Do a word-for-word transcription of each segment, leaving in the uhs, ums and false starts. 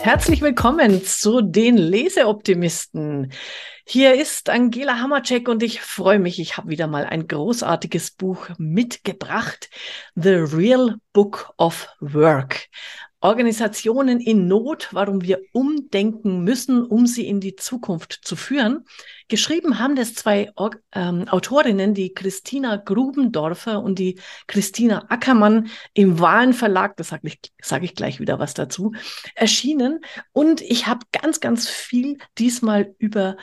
Herzlich willkommen zu den Leseoptimisten. Hier ist Angela Hammercheck und ich freue mich, ich habe wieder mal ein großartiges Buch mitgebracht. The Real Book of Work. Organisationen in Not, warum wir umdenken müssen, um sie in die Zukunft zu führen. Geschrieben haben das zwei ähm, Autorinnen, die Christina Grubendorfer und die Christina Ackermann im Wahlen Verlag, das sage ich, sag ich gleich wieder was dazu, erschienen. Und ich habe ganz, ganz viel diesmal über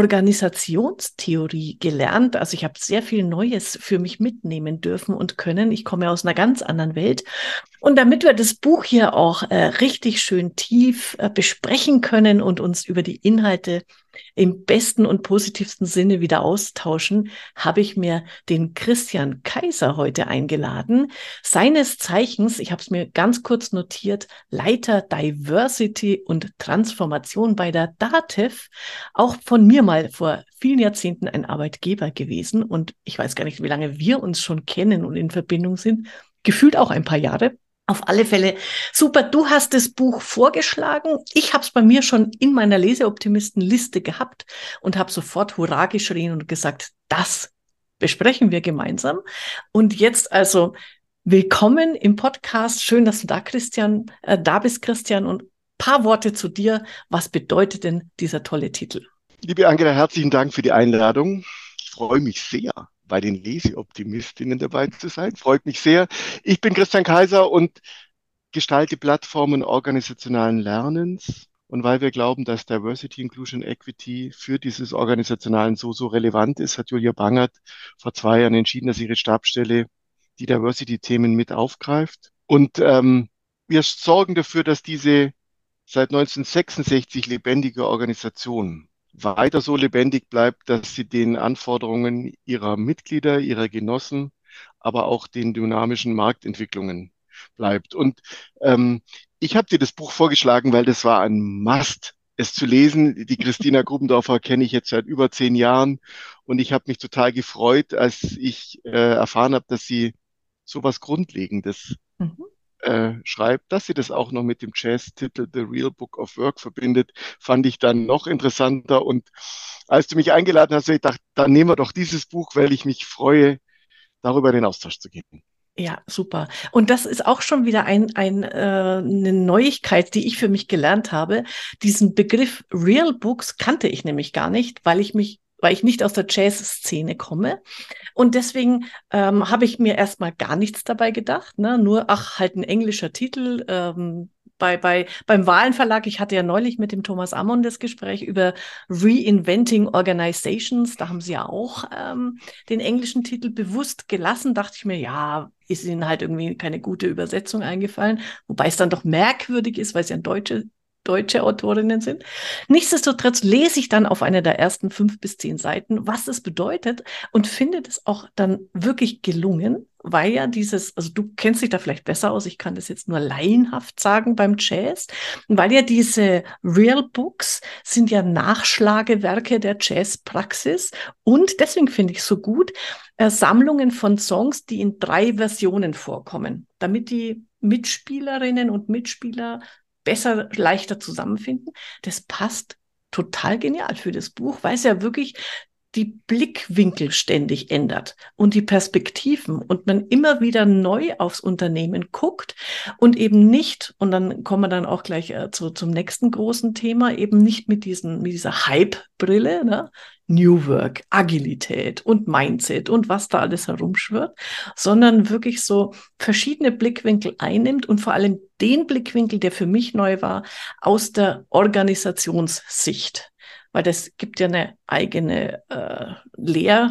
Organisationstheorie gelernt. Also ich habe sehr viel Neues für mich mitnehmen dürfen und können. Ich komme ja aus einer ganz anderen Welt. Und damit wir das Buch hier auch äh, richtig schön tief äh, besprechen können und uns über die Inhalte im besten und positivsten Sinne wieder austauschen, habe ich mir den Christian Kaiser heute eingeladen. Seines Zeichens, ich habe es mir ganz kurz notiert, Leiter Diversity und Transformation bei der DATEV, auch von mir mal vor vielen Jahrzehnten ein Arbeitgeber gewesen. Und ich weiß gar nicht, wie lange wir uns schon kennen und in Verbindung sind. Gefühlt auch ein paar Jahre. Auf alle Fälle super. Du hast das Buch vorgeschlagen. Ich habe es bei mir schon in meiner Leseoptimisten-Liste gehabt und habe sofort Hurra geschrien und gesagt, das besprechen wir gemeinsam. Und jetzt also willkommen im Podcast. Schön, dass du da, Christian, äh, da bist, Christian. Und ein paar Worte zu dir. Was bedeutet denn dieser tolle Titel? Liebe Angela, herzlichen Dank für die Einladung. Ich freue mich sehr, bei den Leseoptimistinnen dabei zu sein. Freut mich sehr. Ich bin Christian Kaiser und gestalte Plattformen organisationalen Lernens. Und weil wir glauben, dass Diversity, Inclusion, Equity für dieses Organisationalen so, so relevant ist, hat Julia Bangert vor zwei Jahren entschieden, dass ihre Stabsstelle die Diversity-Themen mit aufgreift. Und ähm, wir sorgen dafür, dass diese seit neunzehnhundertsechsundsechzig lebendige Organisation weiter so lebendig bleibt, dass sie den Anforderungen ihrer Mitglieder, ihrer Genossen, aber auch den dynamischen Marktentwicklungen bleibt. Und ähm, ich habe dir das Buch vorgeschlagen, weil das war ein Must, es zu lesen. Die Christina Grubendorfer kenne ich jetzt seit über zehn Jahren und ich habe mich total gefreut, als ich äh, erfahren habe, dass sie sowas Grundlegendes Mhm. äh, schreibt, dass sie das auch noch mit dem Jazz-Titel The Real Book of Work verbindet, fand ich dann noch interessanter. Und als du mich eingeladen hast, habe ich gedacht, dann nehmen wir doch dieses Buch, weil ich mich freue, darüber in den Austausch zu gehen. Ja, super. Und das ist auch schon wieder ein, ein, äh, eine Neuigkeit, die ich für mich gelernt habe. Diesen Begriff Real Books kannte ich nämlich gar nicht, weil ich mich, weil ich nicht aus der Jazz-Szene komme. Und deswegen ähm, habe ich mir erstmal gar nichts dabei gedacht, ne? Nur, ach, halt ein englischer Titel. Ähm, bei, bei, beim Wahlen Verlag, ich hatte ja neulich mit dem Thomas Ammon das Gespräch über Reinventing Organizations. Da haben sie ja auch ähm, den englischen Titel bewusst gelassen. Dachte ich mir, ja, ist ihnen halt irgendwie keine gute Übersetzung eingefallen. Wobei es dann doch merkwürdig ist, weil es ja deutsche deutsche Autorinnen sind. Nichtsdestotrotz lese ich dann auf einer der ersten fünf bis zehn Seiten, was es bedeutet und finde es auch dann wirklich gelungen, weil ja dieses, also du kennst dich da vielleicht besser aus, ich kann das jetzt nur laienhaft sagen beim Jazz, weil ja diese Real Books sind ja Nachschlagewerke der Jazzpraxis und deswegen finde ich es so gut, äh, Sammlungen von Songs, die in drei Versionen vorkommen, damit die Mitspielerinnen und Mitspieler besser, leichter zusammenfinden. Das passt total genial für das Buch, weil es ja wirklich die Blickwinkel ständig ändert und die Perspektiven und man immer wieder neu aufs Unternehmen guckt und eben nicht, und dann kommen wir dann auch gleich äh, zu, zum nächsten großen Thema, eben nicht mit diesen, mit dieser Hype-Brille, ne? New Work, Agilität und Mindset und was da alles herumschwirrt, sondern wirklich so verschiedene Blickwinkel einnimmt und vor allem den Blickwinkel, der für mich neu war, aus der Organisationssicht. Weil das gibt ja eine eigene äh, Lehr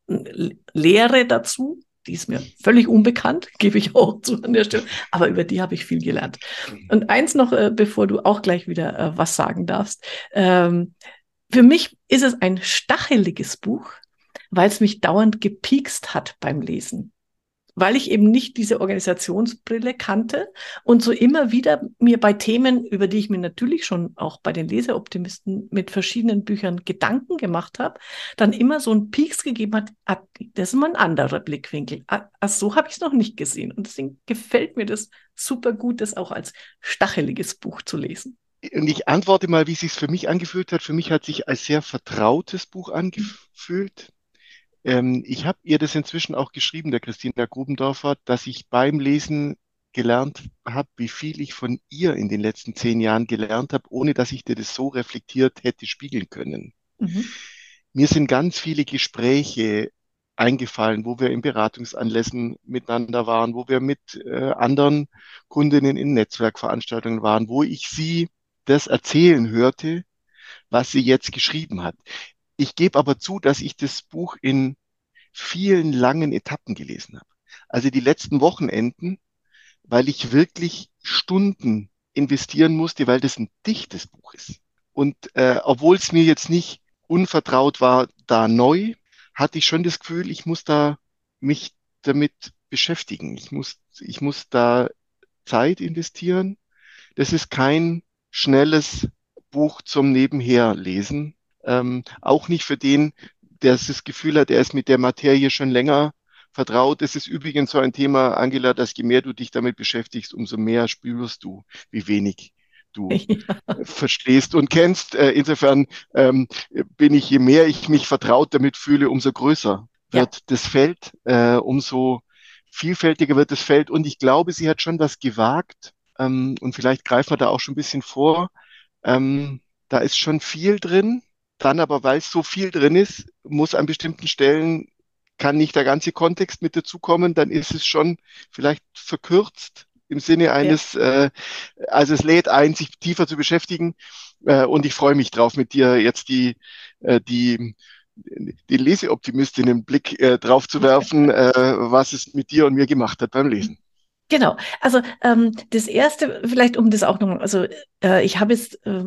Lehre dazu. Die ist mir völlig unbekannt, gebe ich auch zu an der Stelle. Aber über die habe ich viel gelernt. Und eins noch, äh, bevor du auch gleich wieder äh, was sagen darfst. Ähm, für mich ist es ein stacheliges Buch, weil es mich dauernd gepiekst hat beim Lesen. Weil ich eben nicht diese Organisationsbrille kannte und so immer wieder mir bei Themen, über die ich mir natürlich schon auch bei den Leseoptimisten mit verschiedenen Büchern Gedanken gemacht habe, dann immer so einen Pieks gegeben hat, ah, das ist mal ein anderer Blickwinkel. Ah, so habe ich es noch nicht gesehen. Und deswegen gefällt mir das super gut, das auch als stacheliges Buch zu lesen. Und ich antworte mal, wie es sich für mich angefühlt hat. Für mich hat sich als sehr vertrautes Buch angefühlt. Ähm, ich habe ihr das inzwischen auch geschrieben, der Christina Grubendorfer, dass ich beim Lesen gelernt habe, wie viel ich von ihr in den letzten zehn Jahren gelernt habe, ohne dass ich dir das so reflektiert hätte spiegeln können. Mhm. Mir sind ganz viele Gespräche eingefallen, wo wir in Beratungsanlässen miteinander waren, wo wir mit äh, anderen Kundinnen in Netzwerkveranstaltungen waren, wo ich sie das erzählen hörte, was sie jetzt geschrieben hat. Ich gebe aber zu, dass ich das Buch in vielen langen Etappen gelesen habe. Also die letzten Wochenenden, weil ich wirklich Stunden investieren musste, weil das ein dichtes Buch ist. Und äh, obwohl es mir jetzt nicht unvertraut war, da neu, hatte ich schon das Gefühl, ich muss da mich damit beschäftigen. Ich muss, ich muss da Zeit investieren. Das ist kein schnelles Buch zum Nebenherlesen. Ähm, auch nicht für den, der das Gefühl hat, er ist mit der Materie schon länger vertraut. Es ist übrigens so ein Thema, Angela, dass je mehr du dich damit beschäftigst, umso mehr spürst du, wie wenig du Ja, verstehst und kennst. Äh, insofern ähm, bin ich, je mehr ich mich vertraut damit fühle, umso größer ja, wird das Feld, äh, umso vielfältiger wird das Feld. Und ich glaube, sie hat schon was gewagt. Ähm, und vielleicht greifen wir da auch schon ein bisschen vor. Ähm, Da ist schon viel drin. Dann aber, weil es so viel drin ist, muss an bestimmten Stellen, kann nicht der ganze Kontext mit dazukommen. Dann ist es schon vielleicht verkürzt im Sinne ja. eines, äh, also es lädt ein, sich tiefer zu beschäftigen. Äh, und ich freue mich drauf, mit dir jetzt die, äh, die, die Leseoptimistin einen Blick äh, drauf zu werfen, äh, was es mit dir und mir gemacht hat beim Lesen. Genau. Also ähm, das erste, vielleicht um das auch noch, also äh, ich habe jetzt äh,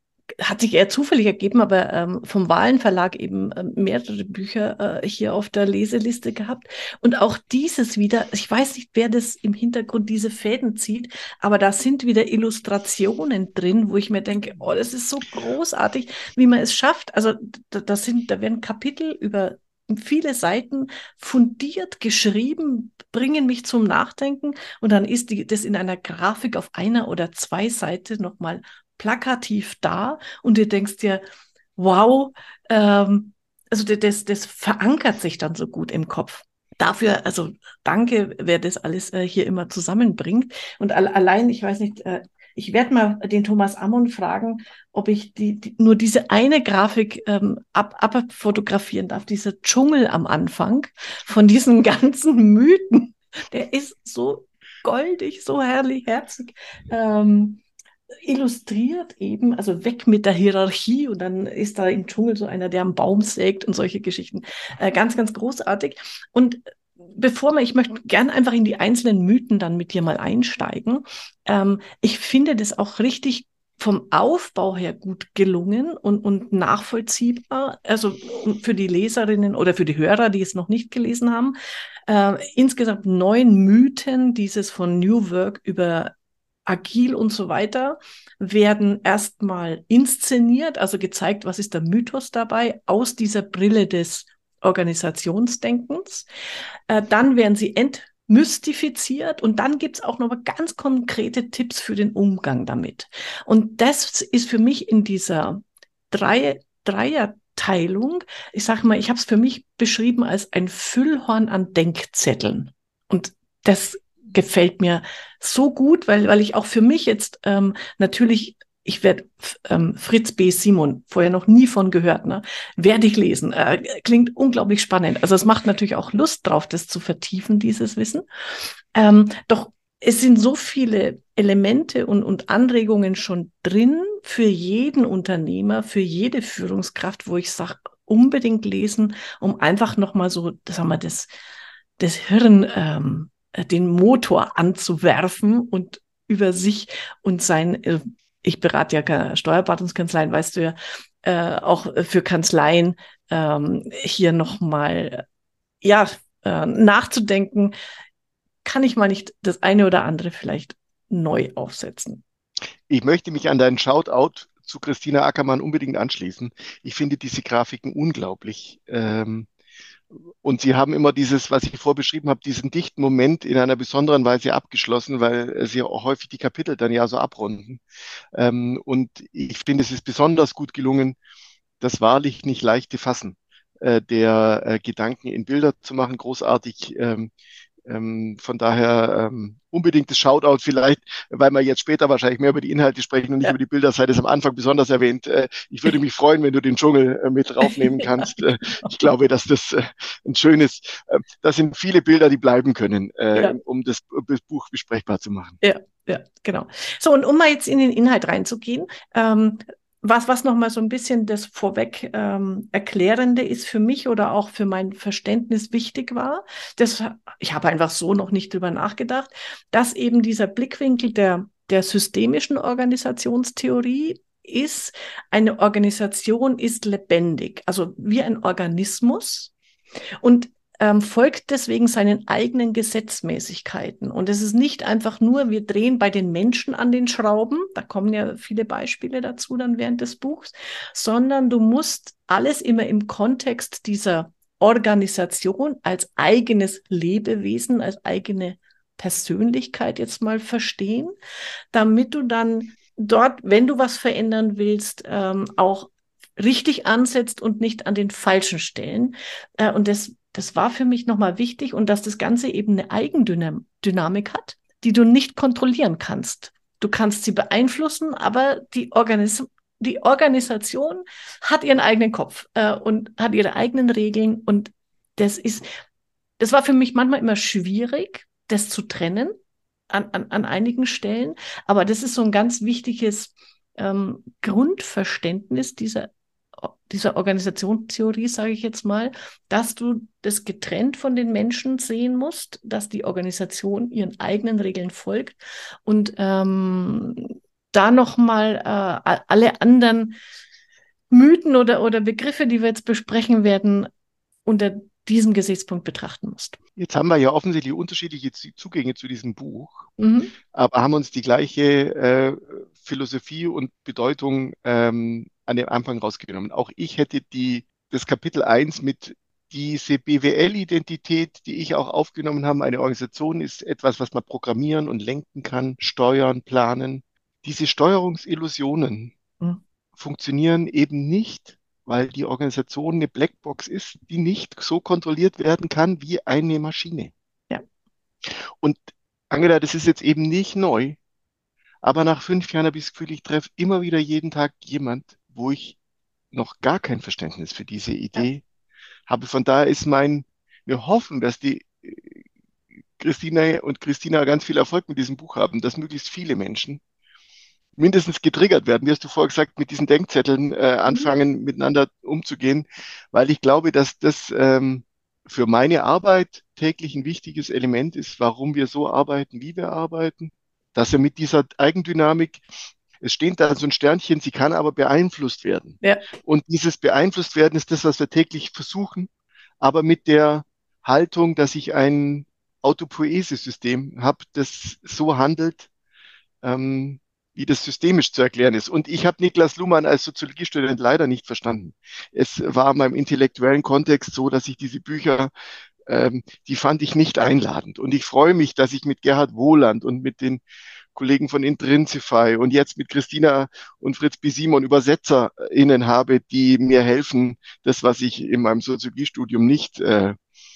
hat sich eher zufällig ergeben, aber ähm, vom Wahlen Verlag eben äh, mehrere Bücher äh, hier auf der Leseliste gehabt. Und auch dieses wieder, ich weiß nicht, wer das im Hintergrund diese Fäden zieht, aber da sind wieder Illustrationen drin, wo ich mir denke, oh, das ist so großartig, wie man es schafft. Also da, da sind, da werden Kapitel über viele Seiten fundiert geschrieben, bringen mich zum Nachdenken und dann ist die, das in einer Grafik auf einer oder zwei Seiten nochmal plakativ da und du denkst dir, wow, ähm, also das, das verankert sich dann so gut im Kopf. Dafür, also danke, wer das alles äh, hier immer zusammenbringt. Und al allein, ich weiß nicht, äh, ich werde mal den Thomas Ammon fragen, ob ich die, die, nur diese eine Grafik ähm, ab, abfotografieren darf, dieser Dschungel am Anfang von diesen ganzen Mythen. Der ist so goldig, so herrlich, herzig. Ähm, illustriert eben, also weg mit der Hierarchie und dann ist da im Dschungel so einer, der am Baum sägt und solche Geschichten. Äh, ganz, ganz großartig. Und bevor wir, ich möchte gern einfach in die einzelnen Mythen dann mit dir mal einsteigen. Ähm, ich finde das auch richtig vom Aufbau her gut gelungen und, und nachvollziehbar, also für die Leserinnen oder für die Hörer, die es noch nicht gelesen haben. Äh, insgesamt neun Mythen, dieses von New Work über agil und so weiter, werden erstmal inszeniert, also gezeigt, was ist der Mythos dabei, aus dieser Brille des Organisationsdenkens. Äh, dann werden sie entmystifiziert und dann gibt es auch noch mal ganz konkrete Tipps für den Umgang damit. Und das ist für mich in dieser drei, Dreierteilung, ich sage mal, ich habe es für mich beschrieben als ein Füllhorn an Denkzetteln. Und das gefällt mir so gut, weil, weil ich auch für mich jetzt ähm, natürlich, ich werde ähm, Fritz B. Simon, vorher noch nie von gehört, ne? Werde ich lesen. Äh, klingt unglaublich spannend. Also es macht natürlich auch Lust drauf, das zu vertiefen, dieses Wissen. Ähm, doch es sind so viele Elemente und, und Anregungen schon drin für jeden Unternehmer, für jede Führungskraft, wo ich sage, unbedingt lesen, um einfach nochmal so, sagen wir, das, das Hirn, ähm, äh, den Motor anzuwerfen und über sich und sein, äh, ich berate ja Steuerberatungskanzleien, weißt du ja, äh, auch für Kanzleien ähm, hier nochmal, ja, äh, nachzudenken, kann ich mal nicht das eine oder andere vielleicht neu aufsetzen. Ich möchte mich an deinen Shoutout zu Christina Ackermann unbedingt anschließen. Ich finde diese Grafiken unglaublich. Ähm, Und Sie haben immer dieses, was ich vorbeschrieben habe, diesen dichten Moment in einer besonderen Weise abgeschlossen, weil Sie auch häufig die Kapitel dann ja so abrunden. Ähm, und ich finde, es ist besonders gut gelungen, das wahrlich nicht leichte Fassen äh, der äh, Gedanken in Bilder zu machen. Großartig. Ähm, ähm, von daher ähm, unbedingt das Shoutout vielleicht, weil wir jetzt später wahrscheinlich mehr über die Inhalte sprechen und nicht Ja. über die Bilder, sei das am Anfang besonders erwähnt. Äh, ich würde mich freuen, wenn du den Dschungel äh, mit draufnehmen Ja, kannst. Äh, genau. ich glaube, dass das äh, ein schönes, äh, das sind viele Bilder, die bleiben können, äh, Ja. um das, das Buch besprechbar zu machen. Ja, ja, genau. So, und um mal jetzt in den Inhalt reinzugehen, ähm, was, was nochmal so ein bisschen das vorweg ähm, Erklärende ist für mich oder auch für mein Verständnis wichtig war, das, ich habe einfach so noch nicht drüber nachgedacht, dass eben dieser Blickwinkel der, der systemischen Organisationstheorie ist, eine Organisation ist lebendig, also wie ein Organismus und ähm, folgt deswegen seinen eigenen Gesetzmäßigkeiten. Und es ist nicht einfach nur, wir drehen bei den Menschen an den Schrauben, da kommen ja viele Beispiele dazu dann während des Buchs, sondern du musst alles immer im Kontext dieser Organisation als eigenes Lebewesen, als eigene Persönlichkeit jetzt mal verstehen, damit du dann dort, wenn du was verändern willst, ähm, auch richtig ansetzt und nicht an den falschen Stellen. Äh, und das, das war für mich nochmal wichtig und dass das Ganze eben eine Eigendynamik hat, die du nicht kontrollieren kannst. Du kannst sie beeinflussen, aber die, Organis die Organisation hat ihren eigenen Kopf äh, und hat ihre eigenen Regeln. Und das ist, das war für mich manchmal immer schwierig, das zu trennen an, an, an einigen Stellen. Aber das ist so ein ganz wichtiges ähm, Grundverständnis dieser dieser Organisationstheorie, sage ich jetzt mal, dass du das getrennt von den Menschen sehen musst, dass die Organisation ihren eigenen Regeln folgt und ähm, da nochmal äh, alle anderen Mythen oder, oder Begriffe, die wir jetzt besprechen werden, unter diesem Gesichtspunkt betrachten musst. Jetzt haben wir ja offensichtlich unterschiedliche Zugänge zu diesem Buch, Mhm. aber haben uns die gleiche äh, Philosophie und Bedeutung ähm, an dem Anfang rausgenommen. Auch ich hätte die, das Kapitel eins mit diese B W L-Identität, die ich auch aufgenommen habe. Eine Organisation ist etwas, was man programmieren und lenken kann, steuern, planen. Diese Steuerungsillusionen Mhm. funktionieren eben nicht, weil die Organisation eine Blackbox ist, die nicht so kontrolliert werden kann wie eine Maschine. Ja. Und Angela, das ist jetzt eben nicht neu, aber nach fünf Jahren habe ich das Gefühl, ich treffe immer wieder jeden Tag jemand, wo ich noch gar kein Verständnis für diese Ja. Idee habe. Von daher ist mein, wir hoffen, dass die äh, Christina und Christina ganz viel Erfolg mit diesem Buch haben, dass möglichst viele Menschen mindestens getriggert werden, wie hast du vorher gesagt, mit diesen Denkzetteln äh, Mhm. anfangen, miteinander umzugehen, weil ich glaube, dass das ähm, für meine Arbeit täglich ein wichtiges Element ist, warum wir so arbeiten, wie wir arbeiten, dass er mit dieser Eigendynamik, es steht da so ein Sternchen, sie kann aber beeinflusst werden. Ja. Und dieses beeinflusst werden ist das, was wir täglich versuchen, aber mit der Haltung, dass ich ein Autopoiese-System habe, das so handelt, ähm, wie das systemisch zu erklären ist. Und ich habe Niklas Luhmann als Soziologiestudent leider nicht verstanden. Es war in meinem intellektuellen Kontext so, dass ich diese Bücher, ähm, die fand ich nicht einladend. Und ich freue mich, dass ich mit Gerhard Wohland und mit den Kollegen von Intrinsify und jetzt mit Christina und Fritz B. Simon ÜbersetzerInnen habe, die mir helfen, das, was ich in meinem Soziologiestudium nicht äh,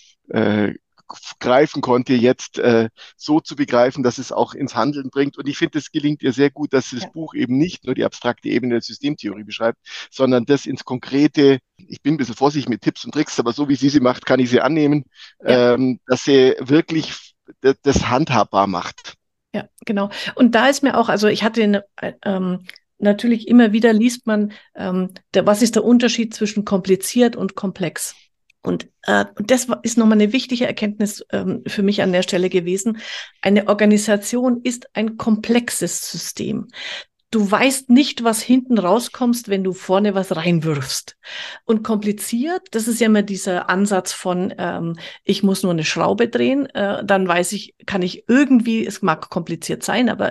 äh, greifen konnte, jetzt äh, so zu begreifen, dass es auch ins Handeln bringt. Und ich finde, es gelingt ihr sehr gut, dass das Ja. Buch eben nicht nur die abstrakte Ebene der Systemtheorie beschreibt, sondern das ins Konkrete. Ich bin ein bisschen vorsichtig mit Tipps und Tricks, aber so wie sie sie macht, kann ich sie annehmen, Ja. ähm, dass sie wirklich das, das handhabbar macht. Ja, genau. Und da ist mir auch, also ich hatte eine, äh, ähm, natürlich immer wieder liest man, ähm, der, was ist der Unterschied zwischen kompliziert und komplex? Und, äh, und das war- ist nochmal eine wichtige Erkenntnis ähm, für mich an der Stelle gewesen. Eine Organisation ist ein komplexes System. Du weißt nicht, was hinten rauskommst, wenn du vorne was reinwirfst. Und kompliziert, das ist ja immer dieser Ansatz von, ähm, ich muss nur eine Schraube drehen, äh, dann weiß ich, kann ich irgendwie, es mag kompliziert sein, aber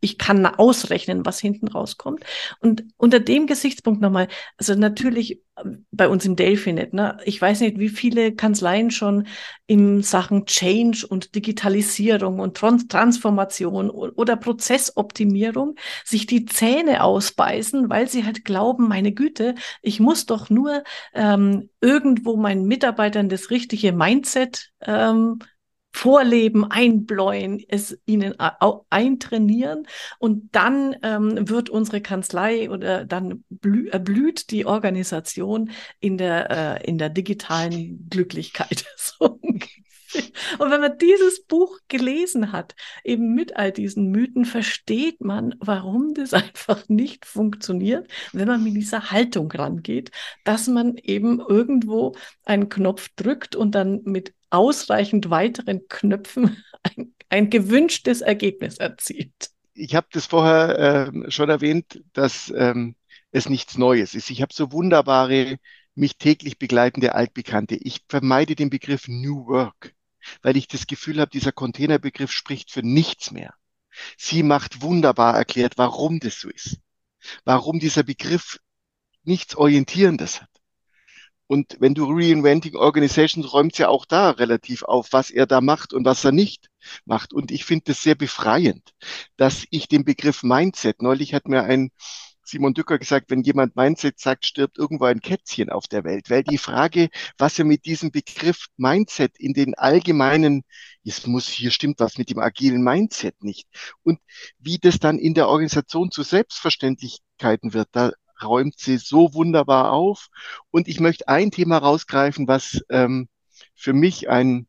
ich kann ausrechnen, was hinten rauskommt. Und unter dem Gesichtspunkt nochmal, also natürlich bei uns im Delphinet, ne, ich weiß nicht, wie viele Kanzleien schon in Sachen Change und Digitalisierung und Trans- Transformation oder Prozessoptimierung sich die Zähne ausbeißen, weil sie halt glauben, meine Güte, ich muss doch nur ähm, irgendwo meinen Mitarbeitern das richtige Mindset ähm, vorleben, einbläuen, es ihnen eintrainieren und dann ähm, wird unsere Kanzlei oder dann blü erblüht die Organisation in der, äh, in der digitalen Glücklichkeit. So ungefähr. Und wenn man dieses Buch gelesen hat, eben mit all diesen Mythen, versteht man, warum das einfach nicht funktioniert, wenn man mit dieser Haltung rangeht, dass man eben irgendwo einen Knopf drückt und dann mit ausreichend weiteren Knöpfen ein, ein gewünschtes Ergebnis erzielt. Ich habe das vorher ähm, schon erwähnt, dass ähm, es nichts Neues ist. Ich habe so wunderbare, mich täglich begleitende Altbekannte. Ich vermeide den Begriff New Work, weil ich das Gefühl habe, dieser Containerbegriff spricht für nichts mehr. Sie macht wunderbar erklärt, warum das so ist, warum dieser Begriff nichts Orientierendes hat. Und wenn du Reinventing Organizations räumt ja auch da relativ auf, was er da macht und was er nicht macht. Und ich finde das sehr befreiend, dass ich den Begriff Mindset, neulich hat mir ein Simon Dücker gesagt, wenn jemand Mindset sagt, stirbt irgendwo ein Kätzchen auf der Welt. Weil die Frage, was er mit diesem Begriff Mindset in den allgemeinen, es muss, hier stimmt was mit dem agilen Mindset nicht. Und wie das dann in der Organisation zu Selbstverständlichkeiten wird, da räumt sie so wunderbar auf. Und ich möchte ein Thema rausgreifen, was ähm, für mich ein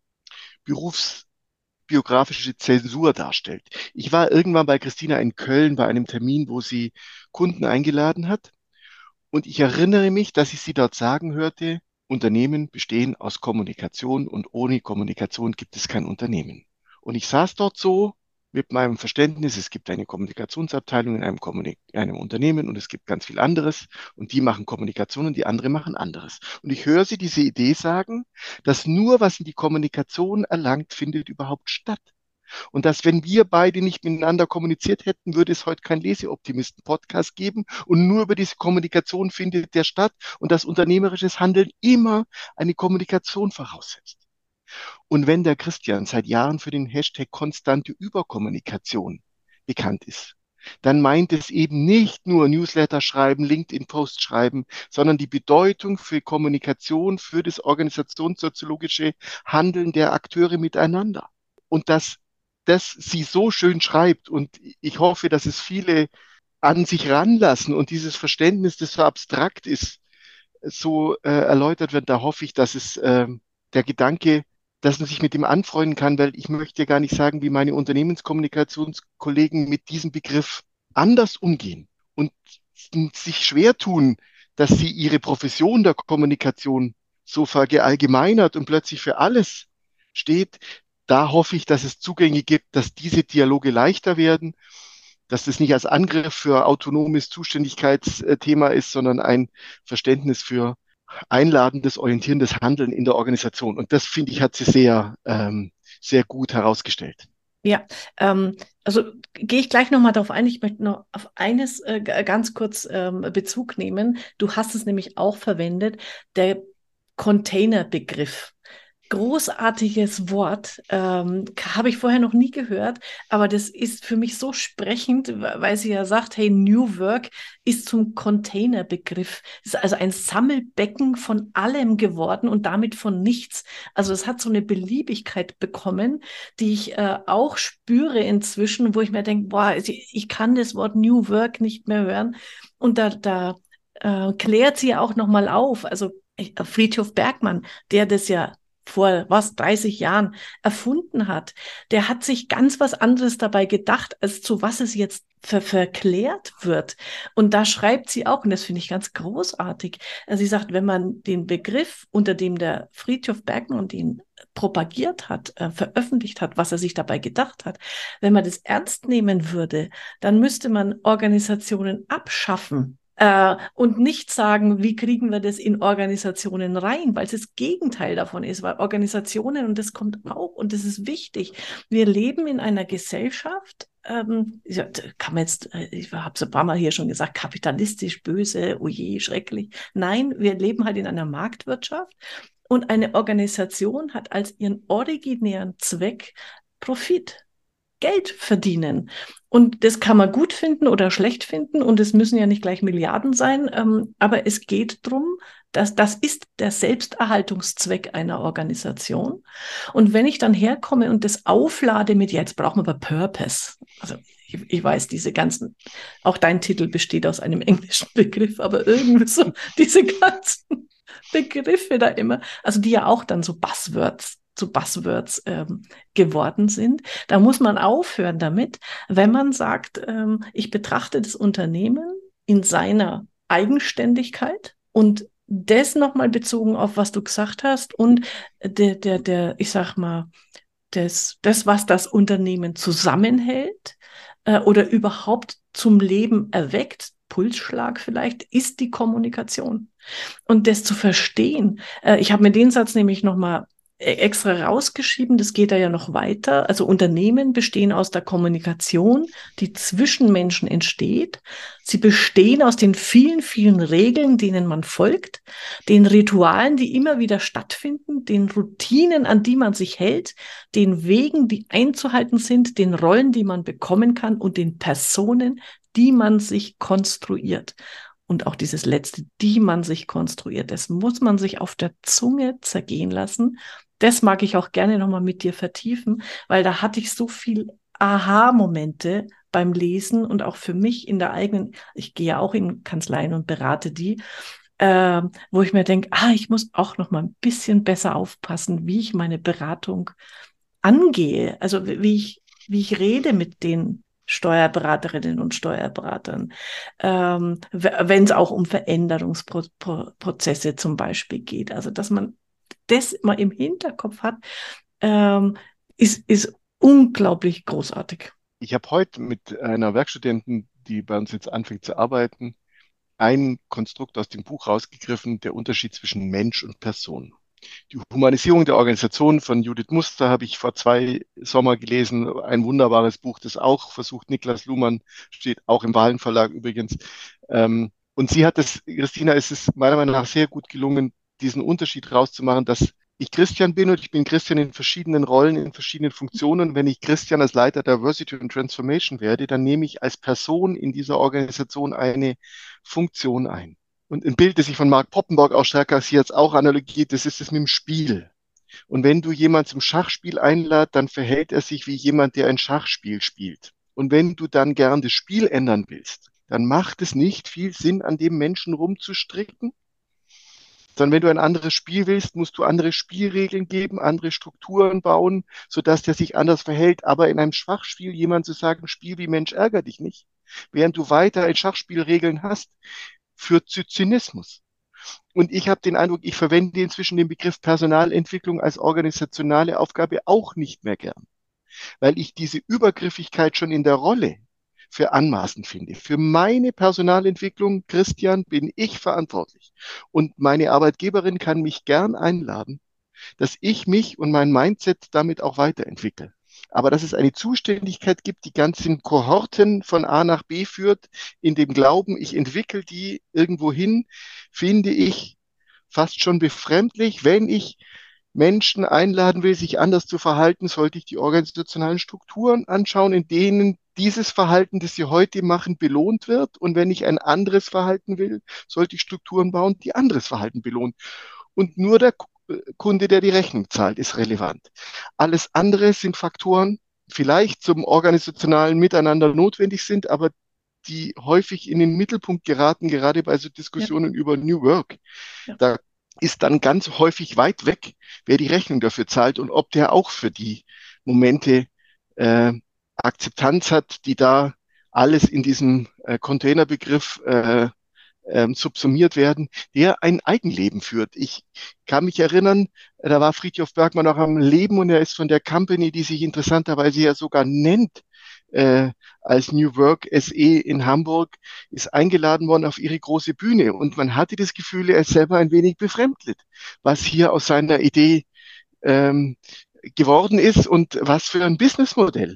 berufsbiografische Zäsur darstellt. Ich war irgendwann bei Christina in Köln bei einem Termin, wo sie Kunden eingeladen hat. Und ich erinnere mich, dass ich sie dort sagen hörte, Unternehmen bestehen aus Kommunikation und ohne Kommunikation gibt es kein Unternehmen. Und ich saß dort so mit meinem Verständnis, es gibt eine Kommunikationsabteilung in einem, Kommunik einem Unternehmen und es gibt ganz viel anderes und die machen Kommunikation und die anderen machen anderes. Und ich höre sie diese Idee sagen, dass nur was in die Kommunikation erlangt, findet überhaupt statt. Und dass, wenn wir beide nicht miteinander kommuniziert hätten, würde es heute keinen Leseoptimisten-Podcast geben. Und nur über diese Kommunikation findet der statt und dass unternehmerisches Handeln immer eine Kommunikation voraussetzt. Und wenn der Christian seit Jahren für den Hashtag konstante Überkommunikation bekannt ist, dann meint es eben nicht nur Newsletter schreiben, LinkedIn-Post schreiben, sondern die Bedeutung für Kommunikation, für das organisationssoziologische Handeln der Akteure miteinander. Und dass das sie so schön schreibt und ich hoffe, dass es viele an sich ranlassen und dieses Verständnis, das so abstrakt ist, so äh, erläutert wird, da hoffe ich, dass es äh, der Gedanke, dass man sich mit dem anfreunden kann, weil ich möchte ja gar nicht sagen, wie meine Unternehmenskommunikationskollegen mit diesem Begriff anders umgehen und sich schwer tun, dass sie ihre Profession der Kommunikation so verallgemeinert und plötzlich für alles steht. Da hoffe ich, dass es Zugänge gibt, dass diese Dialoge leichter werden, dass das nicht als Angriff für autonomes Zuständigkeitsthema ist, sondern ein Verständnis für einladendes, orientierendes Handeln in der Organisation. Und das, finde ich, hat sie sehr, ähm, sehr gut herausgestellt. Ja, ähm, also gehe ich gleich nochmal darauf ein. Ich möchte noch auf eines äh, ganz kurz ähm, Bezug nehmen. Du hast es nämlich auch verwendet, der Containerbegriff. Großartiges Wort, ähm, habe ich vorher noch nie gehört, aber das ist für mich so sprechend, weil sie ja sagt, hey, New Work ist zum Containerbegriff. Es ist also ein Sammelbecken von allem geworden und damit von nichts. Also es hat so eine Beliebigkeit bekommen, die ich äh, auch spüre inzwischen, wo ich mir denke, boah, ich kann das Wort New Work nicht mehr hören. Und da, da äh, klärt sie ja auch nochmal auf. Also Friedhof Bergmann, der das ja vor was, dreißig Jahren erfunden hat, der hat sich ganz was anderes dabei gedacht, als zu was es jetzt ver verklärt wird. Und da schreibt sie auch, und das finde ich ganz großartig, also sie sagt, wenn man den Begriff, unter dem der Friedhof Bergmann den propagiert hat, äh, veröffentlicht hat, was er sich dabei gedacht hat, wenn man das ernst nehmen würde, dann müsste man Organisationen abschaffen. Äh, und nicht sagen, wie kriegen wir das in Organisationen rein, weil es das Gegenteil davon ist, weil Organisationen, und das kommt auch, und das ist wichtig, wir leben in einer Gesellschaft, ähm, ja, kann man jetzt, äh, ich habe es ein paar Mal hier schon gesagt, kapitalistisch, böse, oje, schrecklich. Nein, wir leben halt in einer Marktwirtschaft und eine Organisation hat als ihren originären Zweck Profit. Geld verdienen. Und das kann man gut finden oder schlecht finden und es müssen ja nicht gleich Milliarden sein, ähm, aber es geht darum, dass das ist der Selbsterhaltungszweck einer Organisation. Und wenn ich dann herkomme und das auflade mit, ja, jetzt brauchen wir aber Purpose. Also ich, ich weiß, diese ganzen, auch dein Titel besteht aus einem englischen Begriff, aber irgendwie so diese ganzen Begriffe da immer, also die ja auch dann so Buzzwords zu Buzzwords ähm, geworden sind. Da muss man aufhören damit, wenn man sagt, ähm, ich betrachte das Unternehmen in seiner Eigenständigkeit und das nochmal bezogen auf, was du gesagt hast und der, der, der, ich sag mal, das, das, was das Unternehmen zusammenhält äh, oder überhaupt zum Leben erweckt, Pulsschlag vielleicht, ist die Kommunikation. Und das zu verstehen, äh, ich habe mir den Satz nämlich nochmal extra rausgeschrieben, das geht da ja noch weiter. Also Unternehmen bestehen aus der Kommunikation, die zwischen Menschen entsteht. Sie bestehen aus den vielen, vielen Regeln, denen man folgt, den Ritualen, die immer wieder stattfinden, den Routinen, an die man sich hält, den Wegen, die einzuhalten sind, den Rollen, die man bekommen kann und den Personen, die man sich konstruiert. Und auch dieses letzte, die man sich konstruiert, das muss man sich auf der Zunge zergehen lassen. Das mag ich auch gerne nochmal mit dir vertiefen, weil da hatte ich so viel Aha-Momente beim Lesen und auch für mich in der eigenen, ich gehe ja auch in Kanzleien und berate die, äh, wo ich mir denke, ah, ich muss auch noch mal ein bisschen besser aufpassen, wie ich meine Beratung angehe, also wie ich, wie ich rede mit den Steuerberaterinnen und Steuerberatern, ähm, wenn es auch um Veränderungsprozesse zum Beispiel geht. Also, dass man das mal im Hinterkopf hat, ähm, ist, ist unglaublich großartig. Ich habe heute mit einer Werkstudentin, die bei uns jetzt anfängt zu arbeiten, ein Konstrukt aus dem Buch rausgegriffen, der Unterschied zwischen Mensch und Person. Die Humanisierung der Organisation von Judith Muster habe ich vor zwei Sommer gelesen. Ein wunderbares Buch, das auch versucht, Niklas Luhmann, steht auch im Wahlen Verlag übrigens. Ähm, und sie hat es, Christina, es ist meiner Meinung nach sehr gut gelungen, diesen Unterschied rauszumachen, dass ich Christian bin und ich bin Christian in verschiedenen Rollen, in verschiedenen Funktionen. Wenn ich Christian als Leiter Diversity und Transformation werde, dann nehme ich als Person in dieser Organisation eine Funktion ein. Und ein Bild, das ich von Mark Poppenborg auch stärker als hier jetzt auch analogiert, das ist es mit dem Spiel. Und wenn du jemanden zum Schachspiel einladest, dann verhält er sich wie jemand, der ein Schachspiel spielt. Und wenn du dann gern das Spiel ändern willst, dann macht es nicht viel Sinn, an dem Menschen rumzustricken, sondern wenn du ein anderes Spiel willst, musst du andere Spielregeln geben, andere Strukturen bauen, sodass der sich anders verhält. Aber in einem Schachspiel jemand zu sagen, Spiel wie Mensch, ärger dich nicht, während du weiter in Schachspielregeln hast, führt zu Zynismus. Und ich habe den Eindruck, ich verwende inzwischen den Begriff Personalentwicklung als organisationale Aufgabe auch nicht mehr gern, weil ich diese Übergriffigkeit schon in der Rolle für anmaßend finde. Für meine Personalentwicklung, Christian, bin ich verantwortlich. Und meine Arbeitgeberin kann mich gern einladen, dass ich mich und mein Mindset damit auch weiterentwickle. Aber dass es eine Zuständigkeit gibt, die ganzen Kohorten von A nach B führt, in dem Glauben, ich entwickle die irgendwo hin, finde ich fast schon befremdlich. Wenn ich Menschen einladen will, sich anders zu verhalten, sollte ich die organisationalen Strukturen anschauen, in denen dieses Verhalten, das sie heute machen, belohnt wird. Und wenn ich ein anderes Verhalten will, sollte ich Strukturen bauen, die anderes Verhalten belohnen. Und nur der Kunde, der die Rechnung zahlt, ist relevant. Alles andere sind Faktoren, vielleicht zum organisationalen Miteinander notwendig sind, aber die häufig in den Mittelpunkt geraten, gerade bei so Diskussionen ja. über New Work. Ja. Da ist dann ganz häufig weit weg, wer die Rechnung dafür zahlt und ob der auch für die Momente äh, Akzeptanz hat, die da alles in diesem äh, Containerbegriff äh, ähm, subsumiert werden, der ein Eigenleben führt. Ich kann mich erinnern, da war Frithjof Bergmann noch am Leben und er ist von der Company, die sich interessanterweise ja sogar nennt, äh, als New Work S E in Hamburg, ist eingeladen worden auf ihre große Bühne und man hatte das Gefühl, er ist selber ein wenig befremdlich, was hier aus seiner Idee ähm, geworden ist und was für ein Businessmodell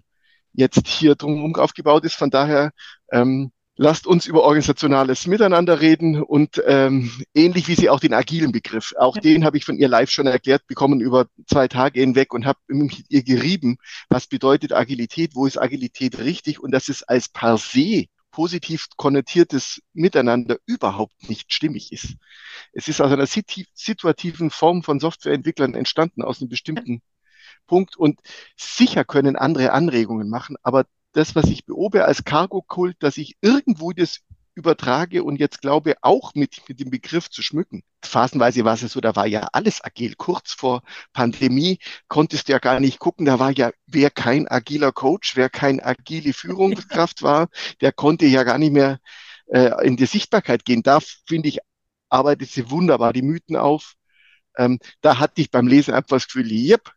jetzt hier drumherum aufgebaut ist. Von daher ähm, lasst uns über organisationales Miteinander reden und ähm, ähnlich wie sie auch den agilen Begriff, auch Ja. den habe ich von ihr live schon erklärt bekommen über zwei Tage hinweg und habe mit ihr gerieben, was bedeutet Agilität, wo ist Agilität richtig und dass es als per se positiv konnotiertes Miteinander überhaupt nicht stimmig ist. Es ist aus einer situativen Form von Softwareentwicklern entstanden, aus einem bestimmten Punkt. Und sicher können andere Anregungen machen, aber das, was ich beobachte als Cargo-Kult, dass ich irgendwo das übertrage und jetzt glaube, auch mit, mit dem Begriff zu schmücken. Phasenweise war es so, da war ja alles agil. Kurz vor Pandemie konntest du ja gar nicht gucken, da war ja, wer kein agiler Coach, wer kein agile Führungskraft war, der konnte ja gar nicht mehr äh, in die Sichtbarkeit gehen. Da, finde ich, arbeitet sie wunderbar die Mythen auf. Ähm, da hatte ich beim Lesen einfach das Gefühl, yep,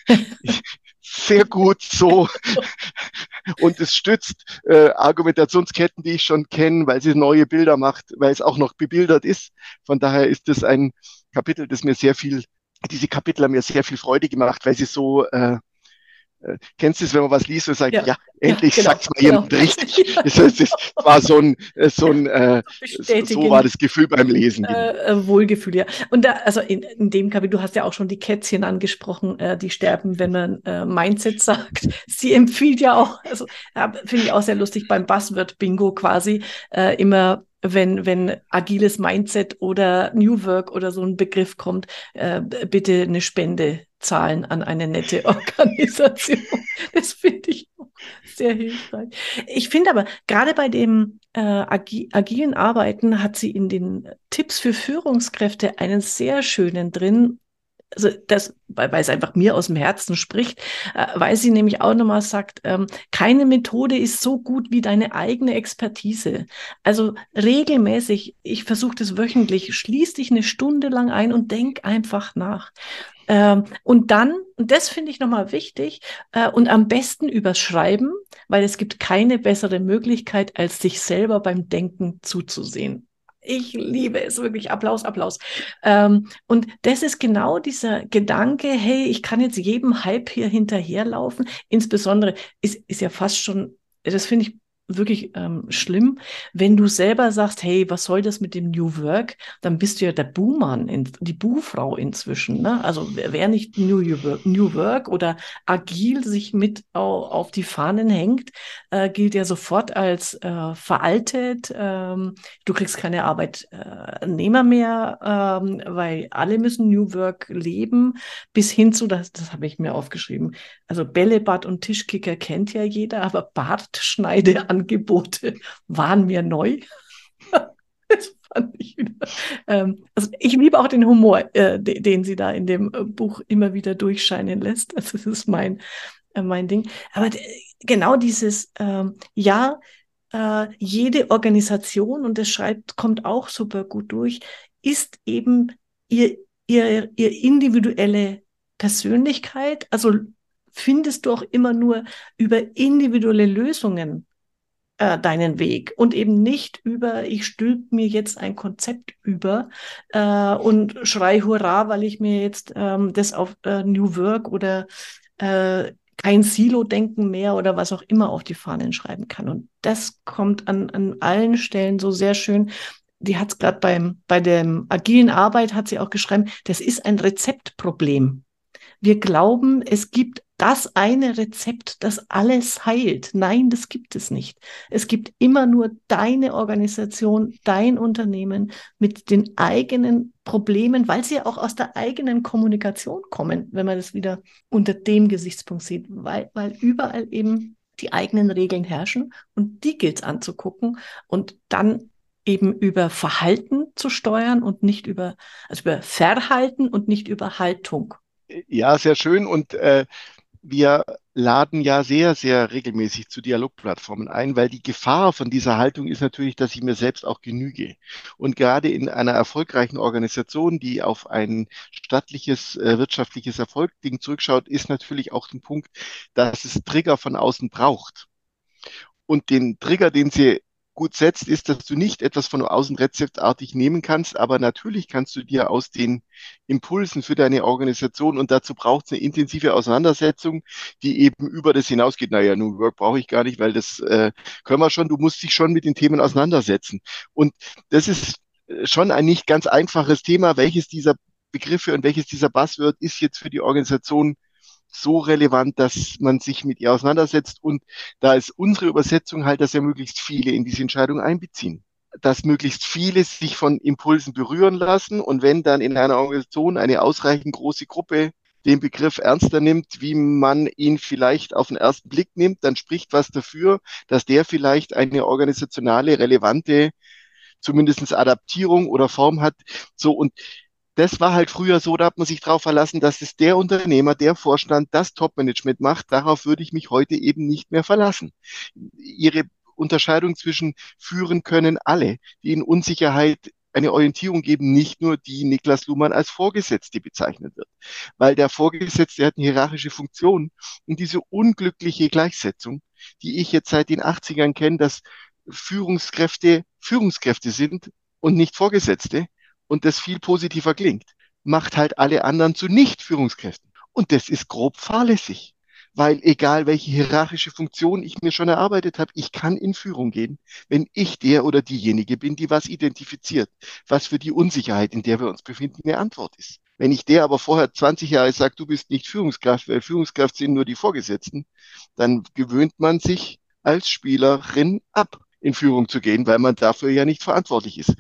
sehr gut so. Und es stützt äh, Argumentationsketten, die ich schon kenne, weil sie neue Bilder macht, weil es auch noch bebildert ist. Von daher ist es ein Kapitel, das mir sehr viel, diese Kapitel haben mir sehr viel Freude gemacht, weil sie so, äh, äh, kennst du es, wenn man was liest und sagt, Ja, ja, ja, endlich genau, sagt mal genau. jemand richtig. Das, heißt, das war so ein, äh, so ein, äh, so, so war Bestätigend. das Gefühl beim Lesen, genau. Äh, äh, Wohlgefühl, ja. Und da, also in, in dem Kapitel, du hast ja auch schon die Kätzchen angesprochen, äh, die sterben, wenn man äh, Mindset sagt. Sie empfiehlt ja auch, also ja, finde ich auch sehr lustig beim Buzzword-Bingo quasi, äh, immer wenn, wenn agiles Mindset oder New Work oder so ein Begriff kommt, äh, bitte eine Spende zahlen an eine nette Organisation. Das finde ich auch sehr hilfreich. Ich finde aber, gerade bei dem äh, agi agilen Arbeiten hat sie in den Tipps für Führungskräfte einen sehr schönen drin. Also das, weil, weil es einfach mir aus dem Herzen spricht, äh, weil sie nämlich auch nochmal sagt, ähm, keine Methode ist so gut wie deine eigene Expertise. Also regelmäßig, ich versuche das wöchentlich, schließ dich eine Stunde lang ein und denk einfach nach. Ähm, und dann, und das finde ich nochmal wichtig, äh, und am besten übers Schreiben, weil es gibt keine bessere Möglichkeit, als sich selber beim Denken zuzusehen. Ich liebe es wirklich. Applaus, Applaus. Ähm, und das ist genau dieser Gedanke, hey, ich kann jetzt jedem Hype hier hinterherlaufen. Insbesondere ist, ist ja fast schon, das finde ich wirklich ähm, schlimm, wenn du selber sagst, hey, was soll das mit dem New Work? Dann bist du ja der Buhmann, in, die Buhfrau inzwischen. Ne? Also wer, wer nicht New Work, New Work oder agil sich mit au, auf die Fahnen hängt, äh, gilt ja sofort als äh, veraltet. Ähm, du kriegst keine Arbeitnehmer mehr, ähm, weil alle müssen New Work leben, bis hin zu, das, das habe ich mir aufgeschrieben, also Bällebad und Tischkicker kennt ja jeder, aber Bartschneideangebote waren mir neu. Das fand ich wieder. Ähm, also ich liebe auch den Humor, äh, de- den sie da in dem äh, Buch immer wieder durchscheinen lässt. Also das ist mein, äh, mein Ding. Aber d- genau dieses, ähm, ja, äh, jede Organisation, und das schreibt, kommt auch super gut durch, ist eben ihr, ihr, ihr individuelle Persönlichkeit. Also findest du auch immer nur über individuelle Lösungen äh, deinen Weg und eben nicht über, ich stülpe mir jetzt ein Konzept über äh, und schrei Hurra, weil ich mir jetzt ähm, das auf äh, New Work oder äh, kein Silo-Denken mehr oder was auch immer auf die Fahnen schreiben kann. Und das kommt an, an allen Stellen so sehr schön. Die hat es gerade beim bei der agilen Arbeit hat sie auch geschrieben, das ist ein Rezeptproblem. Wir glauben, es gibt das eine Rezept, das alles heilt. Nein, das gibt es nicht. Es gibt immer nur deine Organisation, dein Unternehmen mit den eigenen Problemen, weil sie ja auch aus der eigenen Kommunikation kommen, wenn man das wieder unter dem Gesichtspunkt sieht, weil, weil überall eben die eigenen Regeln herrschen und die gilt es anzugucken und dann eben über Verhalten zu steuern und nicht über, also über Verhalten und nicht über Haltung. Ja, sehr schön. Und äh, wir laden ja sehr, sehr regelmäßig zu Dialogplattformen ein, weil die Gefahr von dieser Haltung ist natürlich, dass ich mir selbst auch genüge. Und gerade in einer erfolgreichen Organisation, die auf ein stattliches, äh, wirtschaftliches Erfolgsding zurückschaut, ist natürlich auch ein Punkt, dass es Trigger von außen braucht. Und den Trigger, den sie gut setzt, ist, dass du nicht etwas von außen rezeptartig nehmen kannst, aber natürlich kannst du dir aus den Impulsen für deine Organisation, und dazu braucht es eine intensive Auseinandersetzung, die eben über das hinausgeht. Naja, New Work brauche ich gar nicht, weil das äh, können wir schon. Du musst dich schon mit den Themen auseinandersetzen. Und das ist äh, schon ein nicht ganz einfaches Thema. Welches dieser Begriffe und welches dieser Buzzword ist jetzt für die Organisation so relevant, dass man sich mit ihr auseinandersetzt. Und da ist unsere Übersetzung halt, dass ja möglichst viele in diese Entscheidung einbeziehen. Dass möglichst viele sich von Impulsen berühren lassen. Und wenn dann in einer Organisation eine ausreichend große Gruppe den Begriff ernster nimmt, wie man ihn vielleicht auf den ersten Blick nimmt, dann spricht was dafür, dass der vielleicht eine organisationale, relevante, zumindest Adaptierung oder Form hat. So, und das war halt früher so, da hat man sich darauf verlassen, dass es der Unternehmer, der Vorstand, das Top-Management macht. Darauf würde ich mich heute eben nicht mehr verlassen. Ihre Unterscheidung zwischen führen können alle, die in Unsicherheit eine Orientierung geben, nicht nur die Niklas Luhmann als Vorgesetzte bezeichnet wird. Weil der Vorgesetzte hat eine hierarchische Funktion, und diese unglückliche Gleichsetzung, die ich jetzt seit den achtzigern kenne, dass Führungskräfte Führungskräfte sind und nicht Vorgesetzte, und das viel positiver klingt, macht halt alle anderen zu Nicht-Führungskräften. Und das ist grob fahrlässig, weil egal welche hierarchische Funktion ich mir schon erarbeitet habe, ich kann in Führung gehen, wenn ich der oder diejenige bin, die was identifiziert, was für die Unsicherheit, in der wir uns befinden, eine Antwort ist. Wenn ich der aber vorher zwanzig Jahre sage, du bist nicht Führungskraft, weil Führungskraft sind nur die Vorgesetzten, dann gewöhnt man sich als Spielerin ab, in Führung zu gehen, weil man dafür ja nicht verantwortlich ist.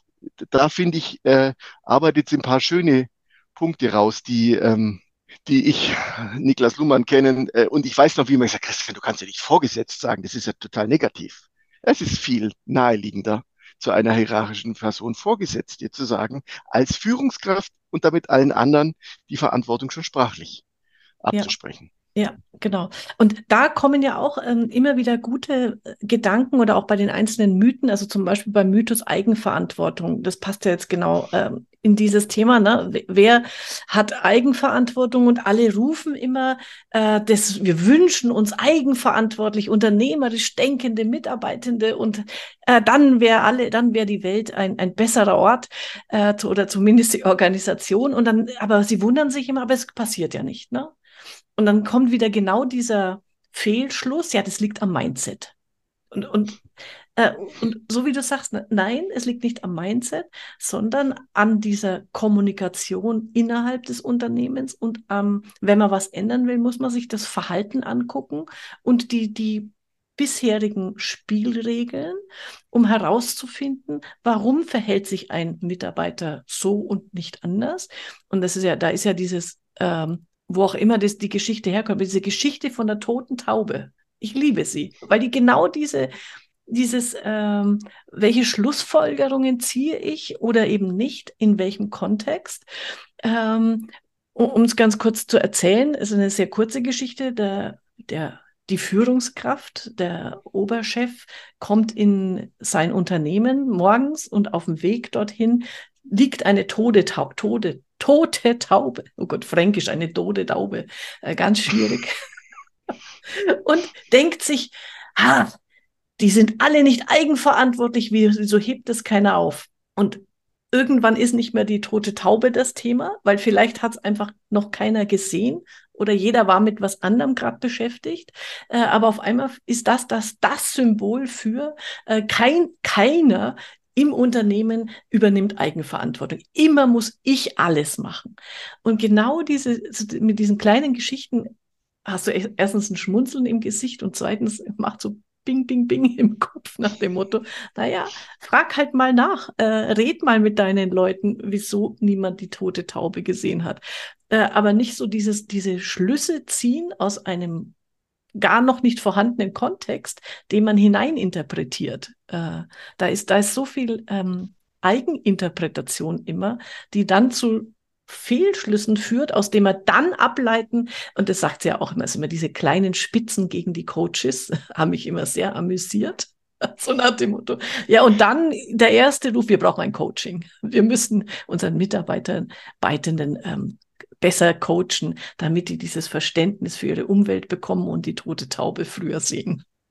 Da finde ich, äh, arbeitet jetzt ein paar schöne Punkte raus, die, ähm, die ich, Niklas Luhmann, kennen. Äh, und ich weiß noch, wie man gesagt hat, Christian, du kannst ja nicht vorgesetzt sagen, das ist ja total negativ. Es ist viel naheliegender, zu einer hierarchischen Person Vorgesetzte zu sagen, als Führungskraft und damit allen anderen die Verantwortung schon sprachlich Ja. abzusprechen. Ja, genau. Und da kommen ja auch ähm, immer wieder gute äh, Gedanken oder auch bei den einzelnen Mythen, also zum Beispiel beim Mythos Eigenverantwortung. Das passt ja jetzt genau ähm, in dieses Thema, ne? Wer hat Eigenverantwortung? Und alle rufen immer, äh, das, wir wünschen uns eigenverantwortlich, unternehmerisch denkende Mitarbeitende, und äh, dann wäre alle, dann wäre die Welt ein, ein besserer Ort äh, zu, oder zumindest die Organisation. Und dann, aber sie wundern sich immer, aber es passiert ja nicht, ne? Und dann kommt wieder genau dieser Fehlschluss, ja, das liegt am Mindset. Und, und, äh, und so wie du sagst, ne, nein, es liegt nicht am Mindset, sondern an dieser Kommunikation innerhalb des Unternehmens. Und ähm, wenn man was ändern will, muss man sich das Verhalten angucken und die, die bisherigen Spielregeln, um herauszufinden, warum verhält sich ein Mitarbeiter so und nicht anders. Und das ist ja, da ist ja dieses ähm, wo auch immer das, die Geschichte herkommt, diese Geschichte von der toten Taube. Ich liebe sie, weil die genau diese, dieses, ähm, welche Schlussfolgerungen ziehe ich oder eben nicht, in welchem Kontext. Ähm, um es ganz kurz zu erzählen, ist eine sehr kurze Geschichte. Der, der, die Führungskraft, der Oberchef, kommt in sein Unternehmen morgens, und auf dem Weg dorthin liegt eine tote Taube, tote, tote Taube. Oh Gott, Fränkisch, eine tote Taube. Äh, ganz schwierig. Und denkt sich, ah, die sind alle nicht eigenverantwortlich, wieso hebt es keiner auf? Und irgendwann ist nicht mehr die tote Taube das Thema, weil vielleicht hat es einfach noch keiner gesehen oder jeder war mit was anderem gerade beschäftigt. Äh, aber auf einmal ist das das, das Symbol für äh, kein, keiner im Unternehmen übernimmt Eigenverantwortung. Immer muss ich alles machen. Und genau diese, mit diesen kleinen Geschichten hast du erstens ein Schmunzeln im Gesicht und zweitens macht so Bing, Bing, Bing im Kopf nach dem Motto, naja, frag halt mal nach, äh, red mal mit deinen Leuten, wieso niemand die tote Taube gesehen hat. Äh, aber nicht so dieses, diese Schlüsse ziehen aus einem gar noch nicht vorhandenen Kontext, den man hineininterpretiert. Äh, da ist, da ist so viel ähm, Eigeninterpretation immer, die dann zu Fehlschlüssen führt, aus dem wir dann ableiten, und das sagt sie ja auch immer, also immer diese kleinen Spitzen gegen die Coaches, haben mich immer sehr amüsiert. So nach dem Motto. Ja, und dann der erste Ruf, wir brauchen ein Coaching. Wir müssen unseren Mitarbeitern, Beitenden ähm, besser coachen, damit die dieses Verständnis für ihre Umwelt bekommen und die tote Taube früher sehen.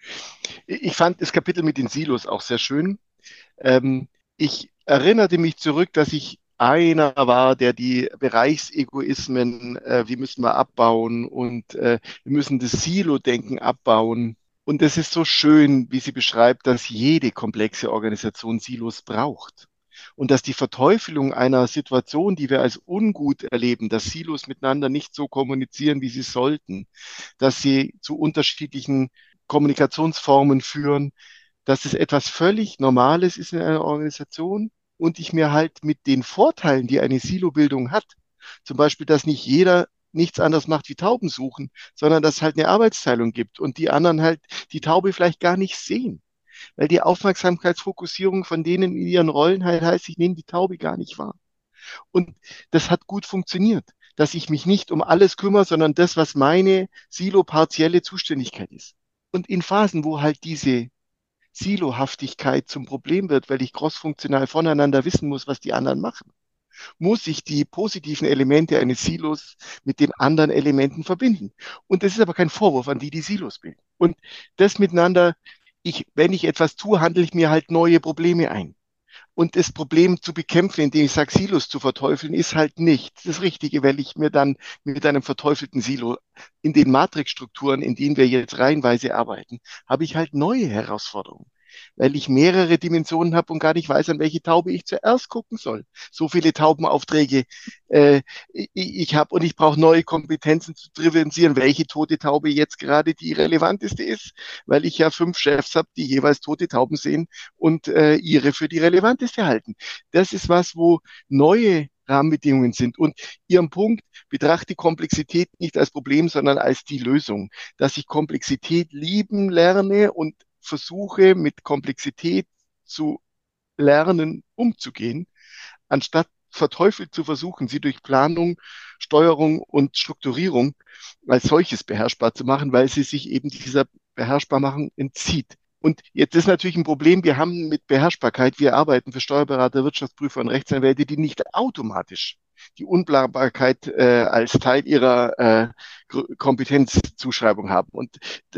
Ich fand das Kapitel mit den Silos auch sehr schön. Ähm, ich erinnerte mich zurück, dass ich einer war, der die Bereichsegoismen, äh, wie müssen wir abbauen und äh, wir müssen das Silo-Denken abbauen. Und es ist so schön, wie sie beschreibt, dass jede komplexe Organisation Silos braucht. Und dass die Verteufelung einer Situation, die wir als ungut erleben, dass Silos miteinander nicht so kommunizieren, wie sie sollten, dass sie zu unterschiedlichen Kommunikationsformen führen, dass es etwas völlig Normales ist in einer Organisation und ich mir halt mit den Vorteilen, die eine Silobildung hat, zum Beispiel, dass nicht jeder nichts anderes macht wie Tauben suchen, sondern dass es halt eine Arbeitsteilung gibt und die anderen halt die Taube vielleicht gar nicht sehen, weil die Aufmerksamkeitsfokussierung von denen in ihren Rollen halt heißt, ich nehme die Taube gar nicht wahr. Und das hat gut funktioniert, dass ich mich nicht um alles kümmere, sondern das, was meine silo-partielle Zuständigkeit ist. Und in Phasen, wo halt diese Silohaftigkeit zum Problem wird, weil ich crossfunktional voneinander wissen muss, was die anderen machen, muss ich die positiven Elemente eines Silos mit den anderen Elementen verbinden. Und das ist aber kein Vorwurf an die, die Silos bilden. Und das miteinander, ich, wenn ich etwas tue, handle ich mir halt neue Probleme ein. Und das Problem zu bekämpfen, indem ich sage, Silos zu verteufeln, ist halt nicht das Richtige, weil ich mir dann mit einem verteufelten Silo in den Matrixstrukturen, in denen wir jetzt reihenweise arbeiten, habe ich halt neue Herausforderungen, weil ich mehrere Dimensionen habe und gar nicht weiß, an welche Taube ich zuerst gucken soll. So viele Taubenaufträge äh, ich, ich habe und ich brauche neue Kompetenzen zu differenzieren, welche tote Taube jetzt gerade die relevanteste ist, weil ich ja fünf Chefs habe, die jeweils tote Tauben sehen und äh, ihre für die relevanteste halten. Das ist was, wo neue Rahmenbedingungen sind. Und Ihren Punkt, betrachte die Komplexität nicht als Problem, sondern als die Lösung. Dass ich Komplexität lieben lerne und versuche, mit Komplexität zu lernen, umzugehen, anstatt verteufelt zu versuchen, sie durch Planung, Steuerung und Strukturierung als solches beherrschbar zu machen, weil sie sich eben dieser Beherrschbarmachung entzieht. Und jetzt ist natürlich ein Problem, wir haben mit Beherrschbarkeit, wir arbeiten für Steuerberater, Wirtschaftsprüfer und Rechtsanwälte, die nicht automatisch die Unplanbarkeit äh, als Teil ihrer äh, Kompetenzzuschreibung haben. Und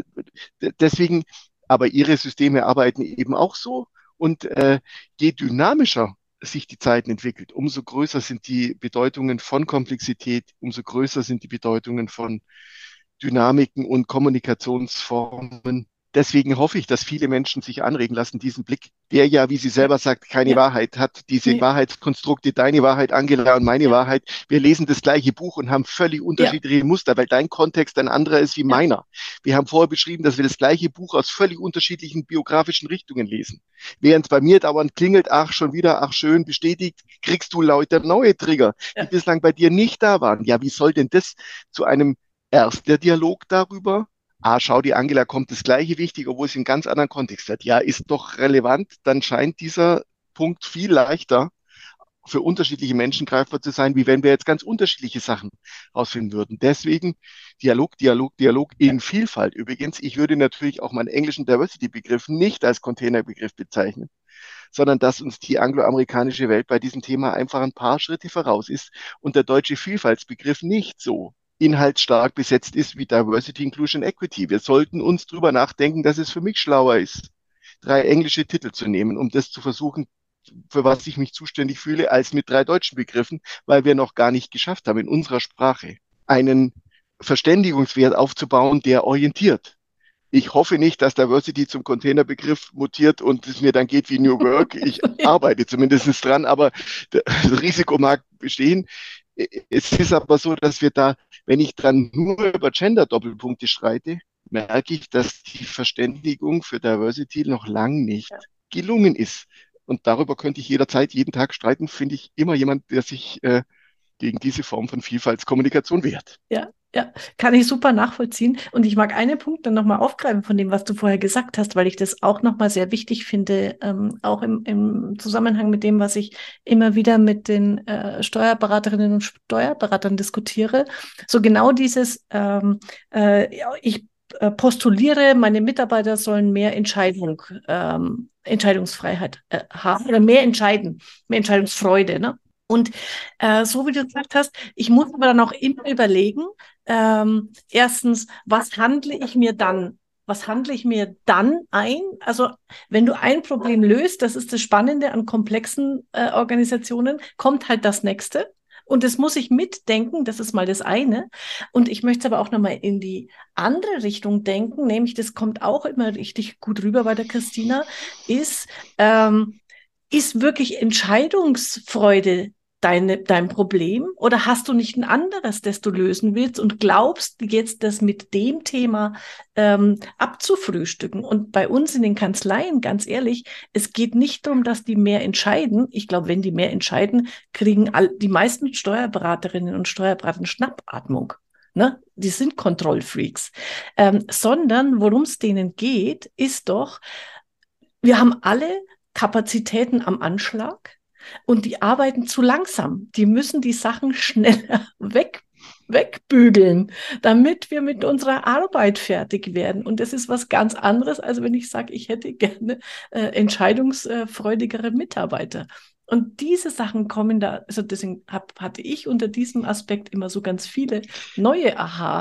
deswegen, aber ihre Systeme arbeiten eben auch so. Und äh, je dynamischer sich die Zeiten entwickelt, umso größer sind die Bedeutungen von Komplexität, umso größer sind die Bedeutungen von Dynamiken und Kommunikationsformen. Deswegen hoffe ich, dass viele Menschen sich anregen lassen, diesen Blick, der ja, wie sie Ja, selber sagt, keine ja, Wahrheit hat, diese nee, Wahrheitskonstrukte, deine Wahrheit, Angela, und meine ja, Wahrheit. Wir lesen das gleiche Buch und haben völlig ja, unterschiedliche Muster, weil dein Kontext ein anderer ist wie ja, meiner. Wir haben vorher beschrieben, dass wir das gleiche Buch aus völlig unterschiedlichen biografischen Richtungen lesen. Während bei mir dauernd klingelt, ach, schon wieder, ach, schön, bestätigt, kriegst du lauter neue Trigger, die ja, bislang bei dir nicht da waren. Ja, wie soll denn das zu einem erst der Dialog darüber? Ah, schau, die Angela kommt das Gleiche wichtig, obwohl sie einen ganz anderen Kontext hat. Ja, ist doch relevant. Dann scheint dieser Punkt viel leichter für unterschiedliche Menschen greifbar zu sein, wie wenn wir jetzt ganz unterschiedliche Sachen rausfinden würden. Deswegen Dialog, Dialog, Dialog ja, in Vielfalt. Übrigens, ich würde natürlich auch meinen englischen Diversity-Begriff nicht als Containerbegriff bezeichnen, sondern dass uns die angloamerikanische Welt bei diesem Thema einfach ein paar Schritte voraus ist und der deutsche Vielfaltsbegriff nicht so inhaltsstark besetzt ist wie Diversity, Inclusion, Equity. Wir sollten uns drüber nachdenken, dass es für mich schlauer ist, drei englische Titel zu nehmen, um das zu versuchen, für was ich mich zuständig fühle, als mit drei deutschen Begriffen, weil wir noch gar nicht geschafft haben, in unserer Sprache einen Verständigungswert aufzubauen, der orientiert. Ich hoffe nicht, dass Diversity zum Containerbegriff mutiert und es mir dann geht wie New Work. Ich arbeite zumindest dran, aber das Risiko mag bestehen. Es ist aber so, dass wir da, wenn ich dann nur über Gender-Doppelpunkte streite, merke ich, dass die Verständigung für Diversity noch lang nicht ja. gelungen ist. Und darüber könnte ich jederzeit, jeden Tag streiten, finde ich immer jemand, der sich äh, gegen diese Form von Vielfaltskommunikation wehrt. Ja, ja, kann ich super nachvollziehen. Und ich mag einen Punkt dann nochmal aufgreifen von dem, was du vorher gesagt hast, weil ich das auch nochmal sehr wichtig finde, ähm, auch im, im Zusammenhang mit dem, was ich immer wieder mit den äh, Steuerberaterinnen und Steuerberatern diskutiere. So genau dieses, ähm, äh, ja, ich äh, postuliere, meine Mitarbeiter sollen mehr Entscheidung, ähm, Entscheidungsfreiheit äh, haben oder mehr entscheiden, mehr Entscheidungsfreude, ne? Und äh, so wie du gesagt hast, ich muss aber dann auch immer überlegen, ähm, erstens, was handle ich mir dann was handle ich mir dann ein? Also wenn du ein Problem löst, das ist das Spannende an komplexen äh, Organisationen, kommt halt das nächste. Und das muss ich mitdenken, das ist mal das eine. Und ich möchte es aber auch nochmal in die andere Richtung denken, nämlich das kommt auch immer richtig gut rüber bei der Christina, ist, ähm, ist wirklich Entscheidungsfreude deine, dein Problem oder hast du nicht ein anderes, das du lösen willst und glaubst jetzt, das mit dem Thema ähm, abzufrühstücken? Und bei uns in den Kanzleien, ganz ehrlich, es geht nicht darum, dass die mehr entscheiden. Ich glaube, wenn die mehr entscheiden, kriegen all, die meisten Steuerberaterinnen und Steuerberater eine Schnappatmung. Ne? Die sind Kontrollfreaks. Ähm, sondern worum es denen geht, ist doch, wir haben alle Kapazitäten am Anschlag und die arbeiten zu langsam. Die müssen die Sachen schneller weg, wegbügeln, damit wir mit unserer Arbeit fertig werden. Und das ist was ganz anderes, als wenn ich sage, ich hätte gerne äh, entscheidungsfreudigere Mitarbeiter. Und diese Sachen kommen da, also deswegen hab, hatte ich unter diesem Aspekt immer so ganz viele neue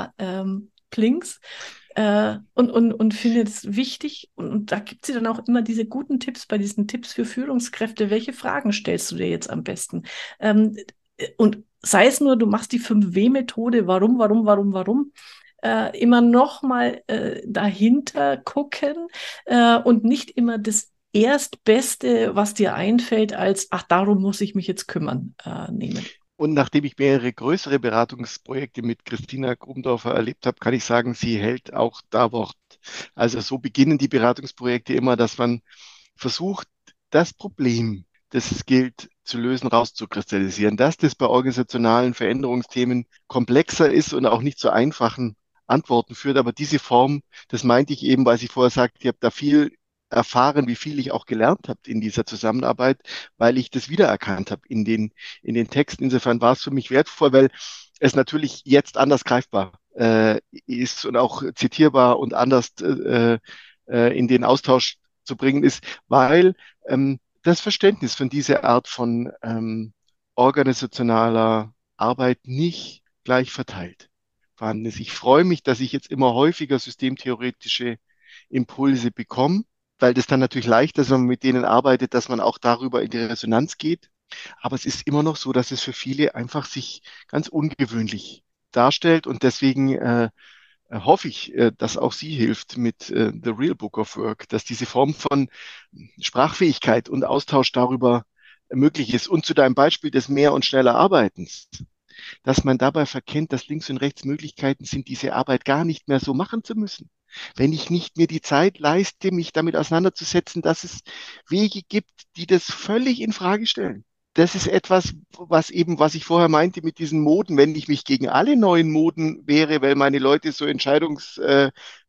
Aha-Plinks. Äh, und, und, und finde es wichtig, und, und da gibt sie dann auch immer diese guten Tipps bei diesen Tipps für Führungskräfte. Welche Fragen stellst du dir jetzt am besten? Ähm, und sei es nur, du machst die fünf W-Methode, warum, warum, warum, warum, äh, immer noch mal äh, dahinter gucken äh, und nicht immer das Erstbeste, was dir einfällt, als, ach, darum muss ich mich jetzt kümmern, äh, nehmen. Und nachdem ich mehrere größere Beratungsprojekte mit Christina Grubendorfer erlebt habe, kann ich sagen, sie hält auch da Wort. Also so beginnen die Beratungsprojekte immer, dass man versucht, das Problem, das es gilt zu lösen, rauszukristallisieren. Dass das bei organisationalen Veränderungsthemen komplexer ist und auch nicht zu einfachen Antworten führt. Aber diese Form, das meinte ich eben, weil ich vorher sagte, ich habe da viel erfahren, wie viel ich auch gelernt habe in dieser Zusammenarbeit, weil ich das wiedererkannt habe in den, in den Texten. Insofern war es für mich wertvoll, weil es natürlich jetzt anders greifbar äh, ist und auch zitierbar und anders äh, äh, in den Austausch zu bringen ist, weil ähm, das Verständnis von dieser Art von ähm, organisationaler Arbeit nicht gleich verteilt vorhanden ist. Ich freue mich, dass ich jetzt immer häufiger systemtheoretische Impulse bekomme, weil das dann natürlich leichter ist, wenn man mit denen arbeitet, dass man auch darüber in die Resonanz geht. Aber es ist immer noch so, dass es für viele einfach sich ganz ungewöhnlich darstellt und deswegen äh, hoffe ich, äh, dass auch sie hilft mit äh, The Real Book of Work, dass diese Form von Sprachfähigkeit und Austausch darüber möglich ist. Und zu deinem Beispiel des mehr und schneller Arbeitens, dass man dabei verkennt, dass links und rechts Möglichkeiten sind, diese Arbeit gar nicht mehr so machen zu müssen. Wenn ich nicht mir die Zeit leiste, mich damit auseinanderzusetzen, dass es Wege gibt, die das völlig in Frage stellen. Das ist etwas, was eben, was ich vorher meinte mit diesen Moden, wenn ich mich gegen alle neuen Moden wehre, weil meine Leute so entscheidungsschnell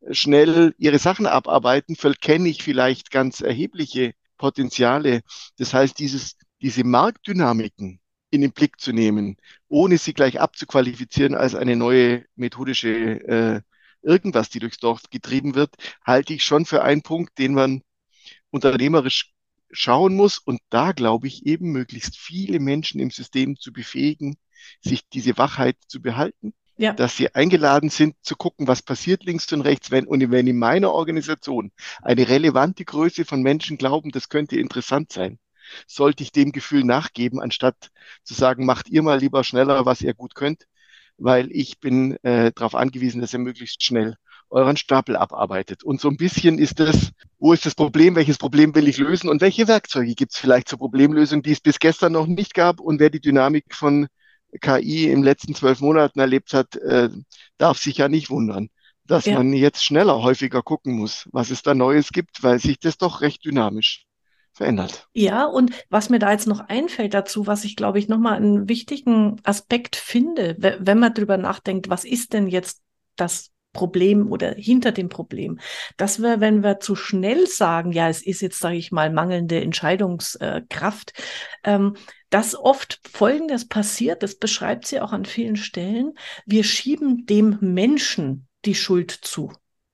ihre Sachen abarbeiten, verkenne ich vielleicht ganz erhebliche Potenziale. Das heißt, dieses, diese Marktdynamiken in den Blick zu nehmen, ohne sie gleich abzuqualifizieren als eine neue methodische äh, irgendwas, die durchs Dorf getrieben wird, halte ich schon für einen Punkt, den man unternehmerisch schauen muss. Und da glaube ich eben, möglichst viele Menschen im System zu befähigen, sich diese Wachheit zu behalten, Ja. dass sie eingeladen sind, zu gucken, was passiert links und rechts. Wenn, und wenn in meiner Organisation eine relevante Größe von Menschen glauben, das könnte interessant sein, sollte ich dem Gefühl nachgeben, anstatt zu sagen, macht ihr mal lieber schneller, was ihr gut könnt, weil ich bin äh, darauf angewiesen, dass ihr möglichst schnell euren Stapel abarbeitet. Und so ein bisschen ist das, wo ist das Problem, welches Problem will ich lösen und welche Werkzeuge gibt es vielleicht zur Problemlösung, die es bis gestern noch nicht gab. Und wer die Dynamik von K I im letzten zwölf Monaten erlebt hat, äh, darf sich ja nicht wundern, dass Ja. man jetzt schneller, häufiger gucken muss, was es da Neues gibt, weil sich das doch recht dynamisch verändert. Ja, und was mir da jetzt noch einfällt dazu, was ich glaube ich nochmal einen wichtigen Aspekt finde, we- wenn man drüber nachdenkt, was ist denn jetzt das Problem oder hinter dem Problem, dass wir, wenn wir zu schnell sagen, ja, es ist jetzt, sage ich mal, mangelnde Entscheidungskraft, ähm, dass oft Folgendes passiert, das beschreibt sie auch an vielen Stellen, wir schieben dem Menschen die Schuld zu.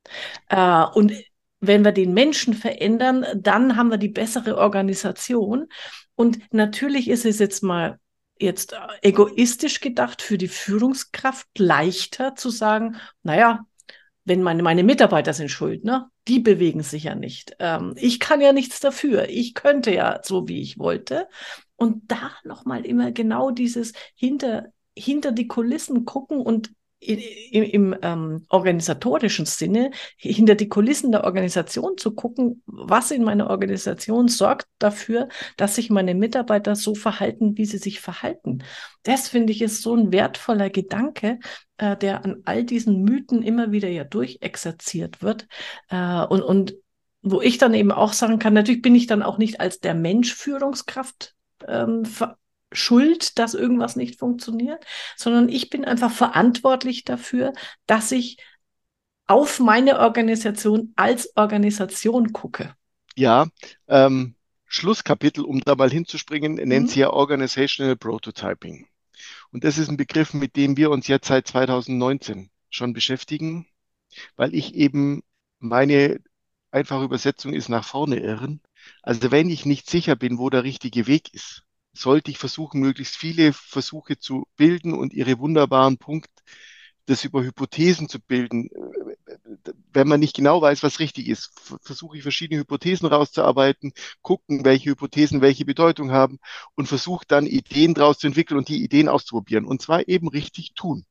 Äh, und wenn wir den Menschen verändern, dann haben wir die bessere Organisation. Und natürlich ist es jetzt mal jetzt egoistisch gedacht für die Führungskraft leichter zu sagen, naja, wenn meine, meine Mitarbeiter sind schuld, ne? Die bewegen sich ja nicht. Ähm, ich kann ja nichts dafür. Ich könnte ja so, wie ich wollte. Und da nochmal immer genau dieses hinter, hinter die Kulissen gucken und im, im ähm, organisatorischen Sinne hinter die Kulissen der Organisation zu gucken, was in meiner Organisation sorgt dafür, dass sich meine Mitarbeiter so verhalten, wie sie sich verhalten. Das finde ich ist so ein wertvoller Gedanke, äh, der an all diesen Mythen immer wieder ja durchexerziert wird. Äh, und, und wo ich dann eben auch sagen kann, natürlich bin ich dann auch nicht als der Mensch Führungskraft ähm, schuld, dass irgendwas nicht funktioniert, sondern ich bin einfach verantwortlich dafür, dass ich auf meine Organisation als Organisation gucke. Ja, ähm, Schlusskapitel, um da mal hinzuspringen, nennt Mhm. sie ja Organizational Prototyping. Und das ist ein Begriff, mit dem wir uns jetzt seit zwanzig neunzehn schon beschäftigen, weil ich eben meine einfache Übersetzung ist nach vorne irren. Also wenn ich nicht sicher bin, wo der richtige Weg ist, sollte ich versuchen, möglichst viele Versuche zu bilden und ihre wunderbaren Punkte, das über Hypothesen zu bilden. Wenn man nicht genau weiß, was richtig ist, versuche ich verschiedene Hypothesen rauszuarbeiten, gucken, welche Hypothesen welche Bedeutung haben und versuche dann Ideen daraus zu entwickeln und die Ideen auszuprobieren. Und zwar eben richtig tun.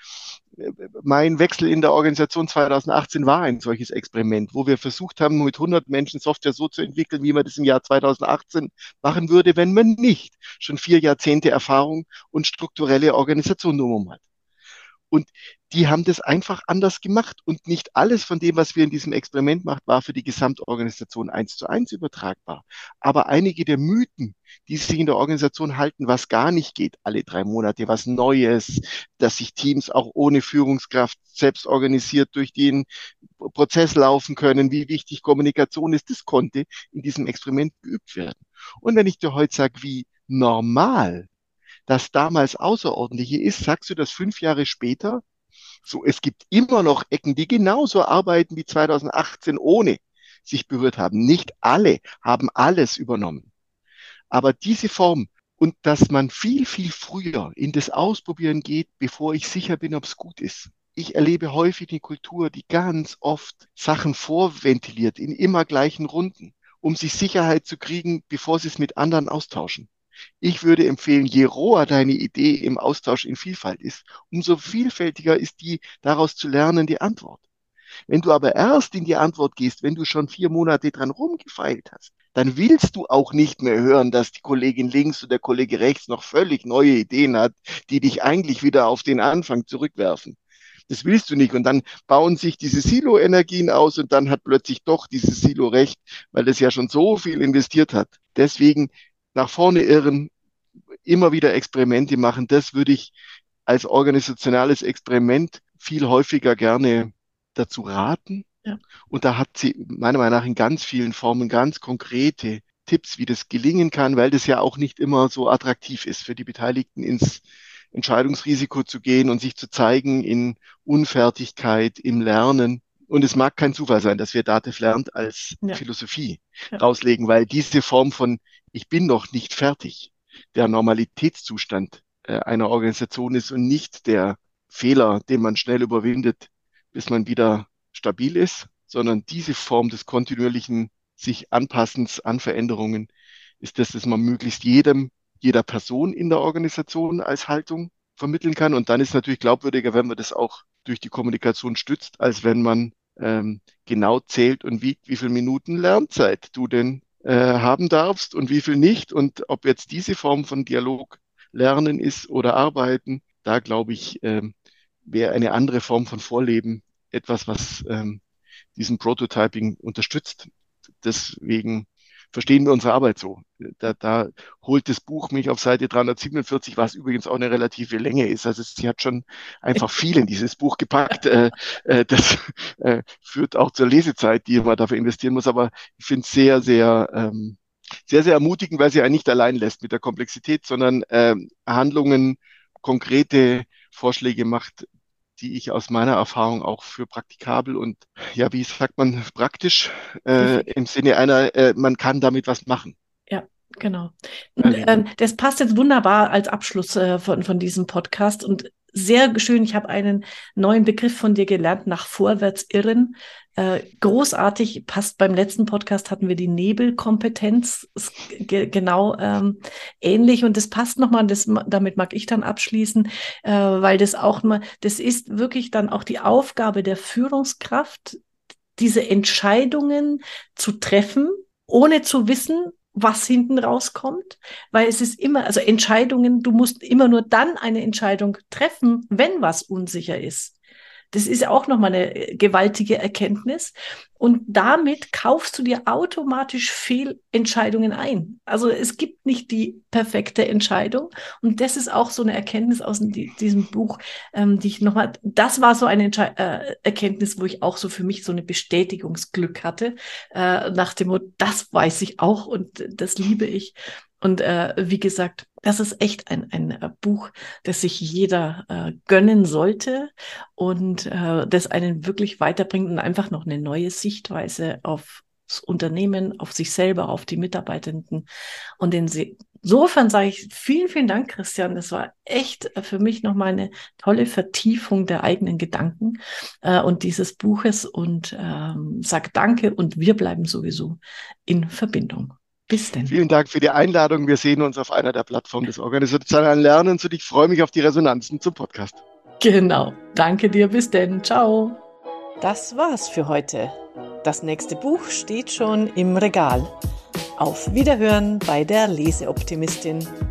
Mein Wechsel in der Organisation zwanzig achtzehn war ein solches Experiment, wo wir versucht haben, mit hundert Menschen Software so zu entwickeln, wie man das im Jahr zwanzig achtzehn machen würde, wenn man nicht schon vier Jahrzehnte Erfahrung und strukturelle Organisation drumherum hat. Und die haben das einfach anders gemacht. Und nicht alles von dem, was wir in diesem Experiment macht, war für die Gesamtorganisation eins zu eins übertragbar. Aber einige der Mythen, die sich in der Organisation halten, was gar nicht geht, alle drei Monate was Neues, dass sich Teams auch ohne Führungskraft selbst organisiert durch den Prozess laufen können, wie wichtig Kommunikation ist, das konnte in diesem Experiment geübt werden. Und wenn ich dir heute sage, wie normal das damals Außerordentliche ist, sagst du das fünf Jahre später? So, es gibt immer noch Ecken, die genauso arbeiten wie zwanzig achtzehn, ohne sich berührt haben. Nicht alle haben alles übernommen. Aber diese Form und dass man viel, viel früher in das Ausprobieren geht, bevor ich sicher bin, ob es gut ist. Ich erlebe häufig die Kultur, die ganz oft Sachen vorventiliert in immer gleichen Runden, um sich Sicherheit zu kriegen, bevor sie es mit anderen austauschen. Ich würde empfehlen, je roher deine Idee im Austausch in Vielfalt ist, umso vielfältiger ist die daraus zu lernende Antwort. Wenn du aber erst in die Antwort gehst, wenn du schon vier Monate dran rumgefeilt hast, dann willst du auch nicht mehr hören, dass die Kollegin links oder der Kollege rechts noch völlig neue Ideen hat, die dich eigentlich wieder auf den Anfang zurückwerfen. Das willst du nicht. Und dann bauen sich diese Silo-Energien aus und dann hat plötzlich doch dieses Silo recht, weil es ja schon so viel investiert hat. Deswegen nach vorne irren, immer wieder Experimente machen, das würde ich als organisationales Experiment viel häufiger gerne dazu raten. Ja. Und da hat sie meiner Meinung nach in ganz vielen Formen ganz konkrete Tipps, wie das gelingen kann, weil das ja auch nicht immer so attraktiv ist für die Beteiligten, ins Entscheidungsrisiko zu gehen und sich zu zeigen in Unfertigkeit, im Lernen. Und es mag kein Zufall sein, dass wir Dativ lernt als Ja. Philosophie Ja. rauslegen, weil diese Form von ich bin noch nicht fertig, der Normalitätszustand äh, einer Organisation ist und nicht der Fehler, den man schnell überwindet, bis man wieder stabil ist, sondern diese Form des kontinuierlichen sich Anpassens an Veränderungen ist das, dass man möglichst jedem, jeder Person in der Organisation als Haltung vermitteln kann. Und dann ist es natürlich glaubwürdiger, wenn man das auch durch die Kommunikation stützt, als wenn man ähm, genau zählt und wiegt, wie viele Minuten Lernzeit du denn äh, haben darfst und wie viel nicht. Und ob jetzt diese Form von Dialog Lernen ist oder Arbeiten, da glaube ich, ähm, wäre eine andere Form von Vorleben etwas, was ähm, diesen Prototyping unterstützt. Deswegen verstehen wir unsere Arbeit so. Da, da holt das Buch mich auf Seite dreihundertsiebenundvierzig, was übrigens auch eine relative Länge ist. Also sie hat schon einfach viel in dieses Buch gepackt. Äh, äh, das äh, führt auch zur Lesezeit, die man dafür investieren muss. Aber ich finde es sehr, sehr, ähm, sehr, sehr ermutigend, weil sie einen nicht allein lässt mit der Komplexität, sondern ähm, Handlungen, konkrete Vorschläge macht, die ich aus meiner Erfahrung auch für praktikabel und, ja, wie sagt man, praktisch äh, im Sinne einer, äh, man kann damit was machen. Ja, genau. Und, erleben. ähm, das passt jetzt wunderbar als Abschluss äh, von, von diesem Podcast. Und sehr schön. Ich habe einen neuen Begriff von dir gelernt, nach vorwärts irren. Äh, großartig, passt beim letzten Podcast hatten wir die Nebelkompetenz, ist ge- genau ähm, ähnlich und das passt nochmal, das, damit mag ich dann abschließen, äh, weil das auch mal, das ist wirklich dann auch die Aufgabe der Führungskraft, diese Entscheidungen zu treffen, ohne zu wissen, was hinten rauskommt, weil es ist immer, also Entscheidungen, du musst immer nur dann eine Entscheidung treffen, wenn was unsicher ist. Das ist auch nochmal eine gewaltige Erkenntnis. Und damit kaufst du dir automatisch Fehlentscheidungen ein. Also es gibt nicht die perfekte Entscheidung. Und das ist auch so eine Erkenntnis aus diesem Buch, ähm, die ich nochmal, das war so eine Entsche- äh, Erkenntnis, wo ich auch so für mich so eine Bestätigungsglück hatte, äh, nach dem Motto, das weiß ich auch und das liebe ich. Und äh, wie gesagt, das ist echt ein, ein äh, Buch, das sich jeder äh, gönnen sollte und äh, das einen wirklich weiterbringt und einfach noch eine neue Sichtweise auf das Unternehmen, auf sich selber, auf die Mitarbeitenden. Und insofern sage ich vielen, vielen Dank, Christian. Das war echt für mich nochmal eine tolle Vertiefung der eigenen Gedanken äh, und dieses Buches und ähm, sag danke und wir bleiben sowieso in Verbindung. Bis denn. Vielen Dank für die Einladung. Wir sehen uns auf einer der Plattformen des organisationalen Lernens und ich freue mich auf die Resonanzen zum Podcast. Genau. Danke dir. Bis denn. Ciao. Das war's für heute. Das nächste Buch steht schon im Regal. Auf Wiederhören bei der Leseoptimistin.